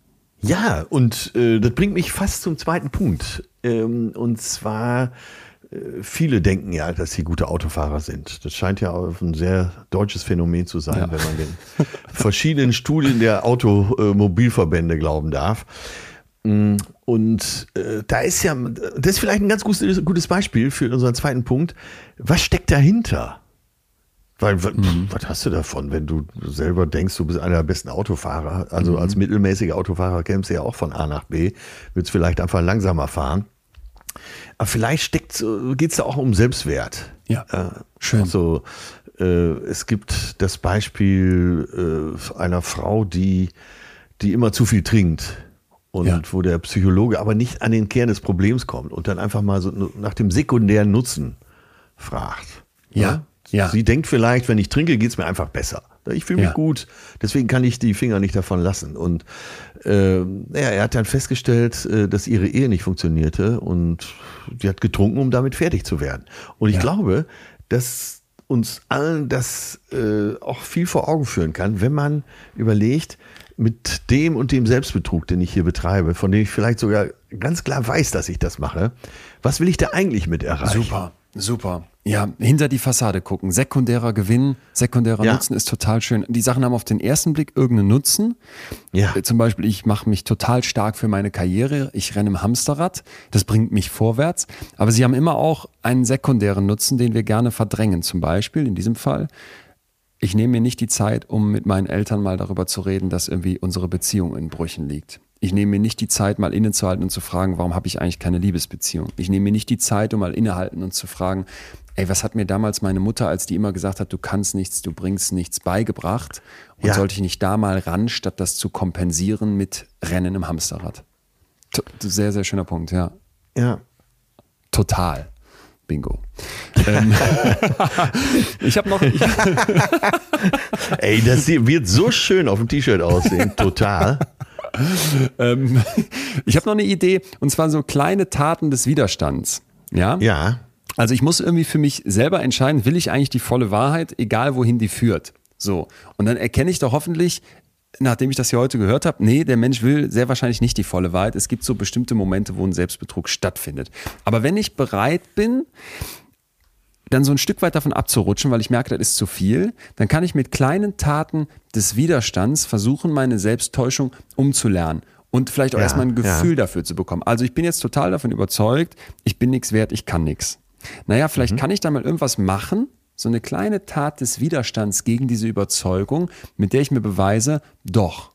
Ja, und äh, das bringt mich fast zum zweiten Punkt. Ähm, und zwar, äh, viele denken ja, dass sie gute Autofahrer sind. Das scheint ja auch ein sehr deutsches Phänomen zu sein, Ja. wenn man den verschiedenen Studien der Automobilverbände glauben darf. Mm, Und äh, da ist ja, das ist vielleicht ein ganz gutes, gutes Beispiel für unseren zweiten Punkt. Was steckt dahinter? Weil, w- Mhm. was hast du davon, wenn du selber denkst, du bist einer der besten Autofahrer? Also als mittelmäßiger Autofahrer kämst du ja auch von A nach B, würdest vielleicht einfach langsamer fahren. Aber vielleicht steckt, geht es da auch um Selbstwert. Ja, Äh, schön. Also, äh, es gibt das Beispiel äh, einer Frau, die, die immer zu viel trinkt. Und Ja. wo der Psychologe aber nicht an den Kern des Problems kommt und dann einfach mal so nach dem sekundären Nutzen fragt. Ja, ja. Sie denkt vielleicht, wenn ich trinke, geht es mir einfach besser. Ich fühle mich Ja. gut, deswegen kann ich die Finger nicht davon lassen. Und äh, ja, er hat dann festgestellt, äh, dass ihre Ehe nicht funktionierte und sie hat getrunken, um damit fertig zu werden. Und ich Ja. glaube, dass uns allen das äh, auch viel vor Augen führen kann, wenn man überlegt, mit dem und dem Selbstbetrug, den ich hier betreibe, von dem ich vielleicht sogar ganz klar weiß, dass ich das mache, was will ich da eigentlich mit erreichen? Super, super. Ja, hinter die Fassade gucken. Sekundärer Gewinn, sekundärer Ja. Nutzen ist total schön. Die Sachen haben auf den ersten Blick irgendeinen Nutzen. Ja. Äh, Zum Beispiel, ich mache mich total stark für meine Karriere. Ich renne im Hamsterrad. Das bringt mich vorwärts. Aber sie haben immer auch einen sekundären Nutzen, den wir gerne verdrängen. Zum Beispiel, in diesem Fall, ich nehme mir nicht die Zeit, um mit meinen Eltern mal darüber zu reden, dass irgendwie unsere Beziehung in Brüchen liegt. Ich nehme mir nicht die Zeit, mal innezuhalten und zu fragen, warum habe ich eigentlich keine Liebesbeziehung? Ich nehme mir nicht die Zeit, um mal innehalten und zu fragen, ey, was hat mir damals meine Mutter, als die immer gesagt hat, du kannst nichts, du bringst nichts, beigebracht? Und Ja. sollte ich nicht da mal ran, statt das zu kompensieren mit Rennen im Hamsterrad? T- Sehr, sehr schöner Punkt, ja. Ja. Total. Bingo. ähm, ich habe noch... Ich, Ey, das hier wird so schön auf dem T-Shirt aussehen, total. ähm, ich habe noch eine Idee, und zwar so kleine Taten des Widerstands. Ja? Ja, Also ich muss irgendwie für mich selber entscheiden, will ich eigentlich die volle Wahrheit, egal wohin die führt. So. Und dann erkenne ich doch hoffentlich, nachdem ich das hier heute gehört habe, nee, der Mensch will sehr wahrscheinlich nicht die volle Wahrheit. Es gibt so bestimmte Momente, wo ein Selbstbetrug stattfindet. Aber wenn ich bereit bin, dann so ein Stück weit davon abzurutschen, weil ich merke, das ist zu viel, dann kann ich mit kleinen Taten des Widerstands versuchen, meine Selbsttäuschung umzulernen und vielleicht auch Ja, erstmal ein Gefühl ja. dafür zu bekommen. Also ich bin jetzt total davon überzeugt, ich bin nichts wert, ich kann nichts. Naja, vielleicht Mhm. kann ich da mal irgendwas machen, so eine kleine Tat des Widerstands gegen diese Überzeugung, mit der ich mir beweise, doch.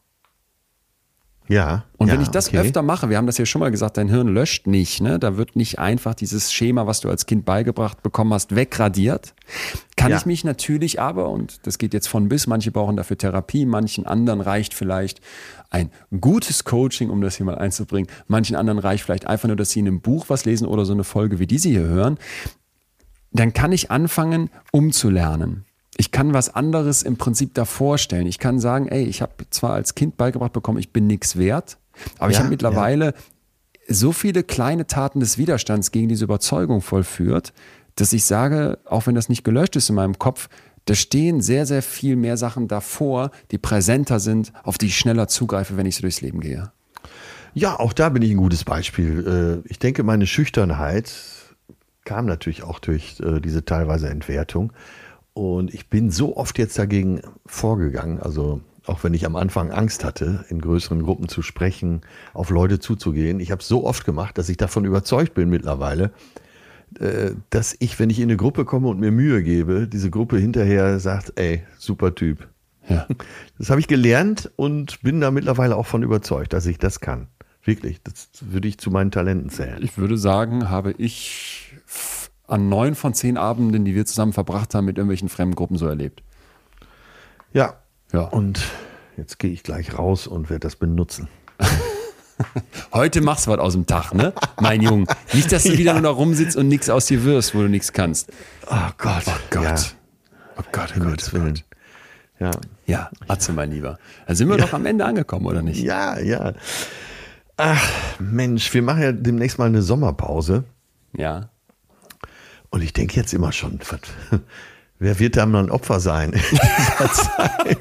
ja. Und ja, wenn ich das okay. öfter mache, wir haben das ja schon mal gesagt, dein Hirn löscht nicht, ne? Da wird nicht einfach dieses Schema, was du als Kind beigebracht bekommen hast, wegradiert. Kann Ja. ich mich natürlich aber, und das geht jetzt von bis, manche brauchen dafür Therapie, manchen anderen reicht vielleicht ein gutes Coaching, um das hier mal einzubringen, manchen anderen reicht vielleicht einfach nur, dass sie in einem Buch was lesen oder so eine Folge wie diese hier hören. Dann kann ich anfangen, umzulernen. Ich kann was anderes im Prinzip davor stellen. Ich kann sagen, ey, ich habe zwar als Kind beigebracht bekommen, ich bin nichts wert, aber ich Ja, habe mittlerweile so viele kleine Taten des Widerstands gegen diese Überzeugung vollführt, dass ich sage, auch wenn das nicht gelöscht ist in meinem Kopf, da stehen sehr, sehr viel mehr Sachen davor, die präsenter sind, auf die ich schneller zugreife, wenn ich so durchs Leben gehe. Ja, auch da bin ich ein gutes Beispiel. Äh, Ich denke, meine Schüchternheit kam natürlich auch durch äh, diese teilweise Entwertung. Und ich bin so oft jetzt dagegen vorgegangen, also auch wenn ich am Anfang Angst hatte, in größeren Gruppen zu sprechen, auf Leute zuzugehen. Ich habe es so oft gemacht, dass ich davon überzeugt bin mittlerweile, äh, dass ich, wenn ich in eine Gruppe komme und mir Mühe gebe, diese Gruppe hinterher sagt, ey, super Typ. Ja. Das habe ich gelernt und bin da mittlerweile auch von überzeugt, dass ich das kann. Wirklich, das würde ich zu meinen Talenten zählen. Ich würde sagen, habe ich f- an neun von zehn Abenden, die wir zusammen verbracht haben, mit irgendwelchen fremden Gruppen so erlebt. Ja, Ja. und jetzt gehe ich gleich raus und werde das benutzen. Heute machst du was aus dem Tag, ne? Mein Junge. Nicht, dass du wieder nur da rumsitzt und nichts aus dir wirst, wo du nichts kannst. Oh Gott. Oh Gott. Ja. Oh Gott, oh Gott, Himmels oh Willen. Gott. Ja. Ja, Atze, mein Lieber. Da sind wir doch am Ende angekommen, oder nicht? Ja, ja. Ach, Mensch, wir machen ja demnächst mal eine Sommerpause. Ja. Und ich denke jetzt immer schon, was, wer wird da noch ein Opfer sein in dieser Zeit?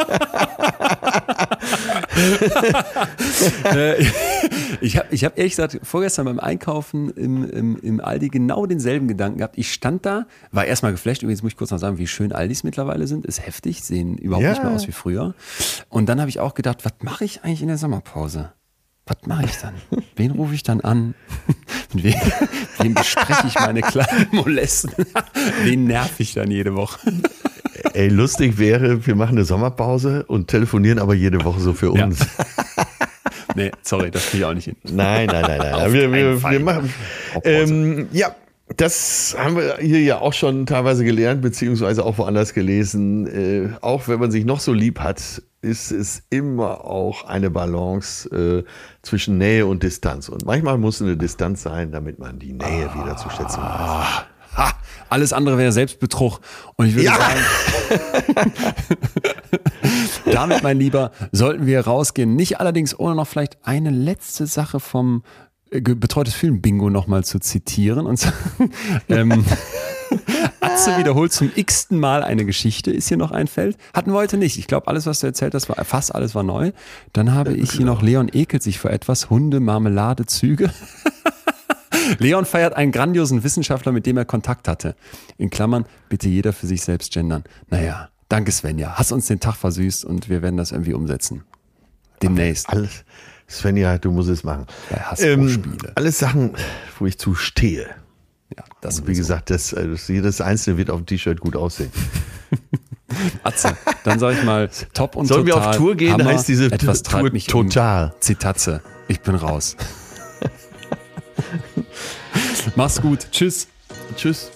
Ich habe ich hab ehrlich gesagt vorgestern beim Einkaufen im, im, im Aldi genau denselben Gedanken gehabt. Ich stand da, war erstmal geflasht. Übrigens muss ich kurz noch sagen, wie schön Aldis mittlerweile sind. Ist heftig, sehen überhaupt Ja. nicht mehr aus wie früher. Und dann habe ich auch gedacht, was mache ich eigentlich in der Sommerpause? Was mache ich dann? Wen rufe ich dann an? Mit wem, wem bespreche ich meine kleinen Molesten? Wen nerv ich dann jede Woche? Ey, lustig wäre, wir machen eine Sommerpause und telefonieren aber jede Woche so für Ja. uns. Nee, sorry, das kriege ich auch nicht hin. Nein, nein, nein, nein. Auf wir, keinen wir, Fall. wir machen. Ähm, ja, das haben wir hier ja auch schon teilweise gelernt, beziehungsweise auch woanders gelesen. Äh, auch wenn man sich noch so lieb hat, ist es immer auch eine Balance äh, zwischen Nähe und Distanz. Und manchmal muss eine Distanz sein, damit man die Nähe ah. wieder zu schätzen weiß. Ha, alles andere wäre Selbstbetrug. Und ich würde Ja. sagen, damit, mein Lieber, sollten wir rausgehen. Nicht allerdings ohne noch vielleicht eine letzte Sache vom äh, Betreutes Fühlen Bingo nochmal zu zitieren. Und zwar, ähm, Atze wiederholt zum x-ten Mal eine Geschichte, ist hier noch ein Feld. Hatten wir heute nicht. Ich glaube, alles, was du erzählt hast, war, fast alles war neu. Dann habe ich hier noch, Leon ekelt sich vor etwas, Hunde, Marmelade, Züge. Leon feiert einen grandiosen Wissenschaftler, mit dem er Kontakt hatte. In Klammern, bitte jeder für sich selbst gendern. Naja, danke Svenja. Hast uns den Tag versüßt und wir werden das irgendwie umsetzen. Demnächst. Alles, Svenja, du musst es machen. Ja, Hassspiele. Ähm, alles Sachen, wo ich zu stehe. Ja, das Und wie gesagt, das, das, jedes Einzelne wird auf dem T-Shirt gut aussehen. Atze, dann sag ich mal, top und Sollen total. wir auf Tour gehen? Hammer, Da heißt diese etwas Tour treibt mich total. Um. Zitatze, ich bin raus. Mach's gut. Tschüss. Tschüss.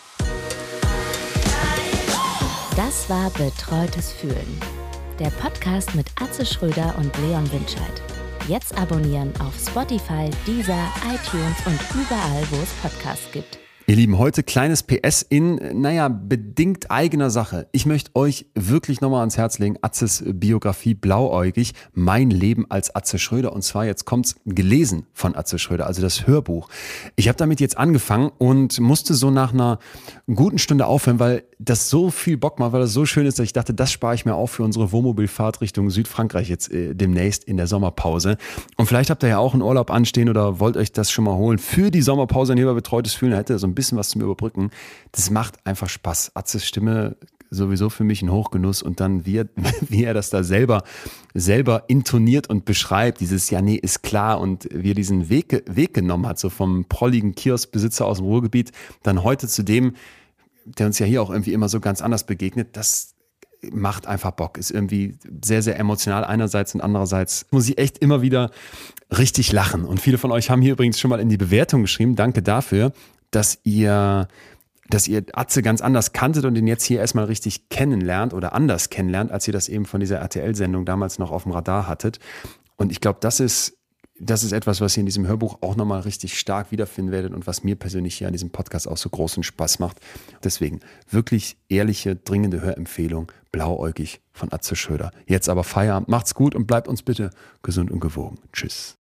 Das war Betreutes Fühlen. Der Podcast mit Atze Schröder und Leon Winscheid. Jetzt abonnieren auf Spotify, Deezer, iTunes und überall, wo es Podcasts gibt. Ihr Lieben, heute kleines P S in, naja, bedingt eigener Sache. Ich möchte euch wirklich nochmal ans Herz legen, Atzes Biografie Blauäugig, mein Leben als Atze Schröder. Und zwar, jetzt kommt's, gelesen von Atze Schröder, also das Hörbuch. Ich habe damit jetzt angefangen und musste so nach einer guten Stunde aufhören, weil das so viel Bock macht, weil das so schön ist, dass ich dachte, das spare ich mir auf für unsere Wohnmobilfahrt Richtung Südfrankreich jetzt äh, demnächst in der Sommerpause. Und vielleicht habt ihr ja auch einen Urlaub anstehen oder wollt euch das schon mal holen für die Sommerpause und hier bei Betreutes Fühlen, da hättet ihr so ein bisschen was zum Überbrücken. Das macht einfach Spaß. Atzes Stimme sowieso für mich ein Hochgenuss und dann wie er, wie er das da selber selber intoniert und beschreibt, dieses ja nee, ist klar und wie er diesen Weg, Weg genommen hat, so vom prolligen Kioskbesitzer aus dem Ruhrgebiet, dann heute zu dem, der uns ja hier auch irgendwie immer so ganz anders begegnet, das macht einfach Bock, ist irgendwie sehr, sehr emotional einerseits und andererseits muss ich echt immer wieder richtig lachen und viele von euch haben hier übrigens schon mal in die Bewertung geschrieben, danke dafür, dass ihr, dass ihr Atze ganz anders kanntet und ihn jetzt hier erstmal richtig kennenlernt oder anders kennenlernt, als ihr das eben von dieser R T L-Sendung damals noch auf dem Radar hattet. Und ich glaube, das ist, das ist etwas, was ihr in diesem Hörbuch auch nochmal richtig stark wiederfinden werdet und was mir persönlich hier an diesem Podcast auch so großen Spaß macht. Deswegen wirklich ehrliche, dringende Hörempfehlung, Blauäugig von Atze Schröder. Jetzt aber Feierabend, macht's gut und bleibt uns bitte gesund und gewogen. Tschüss.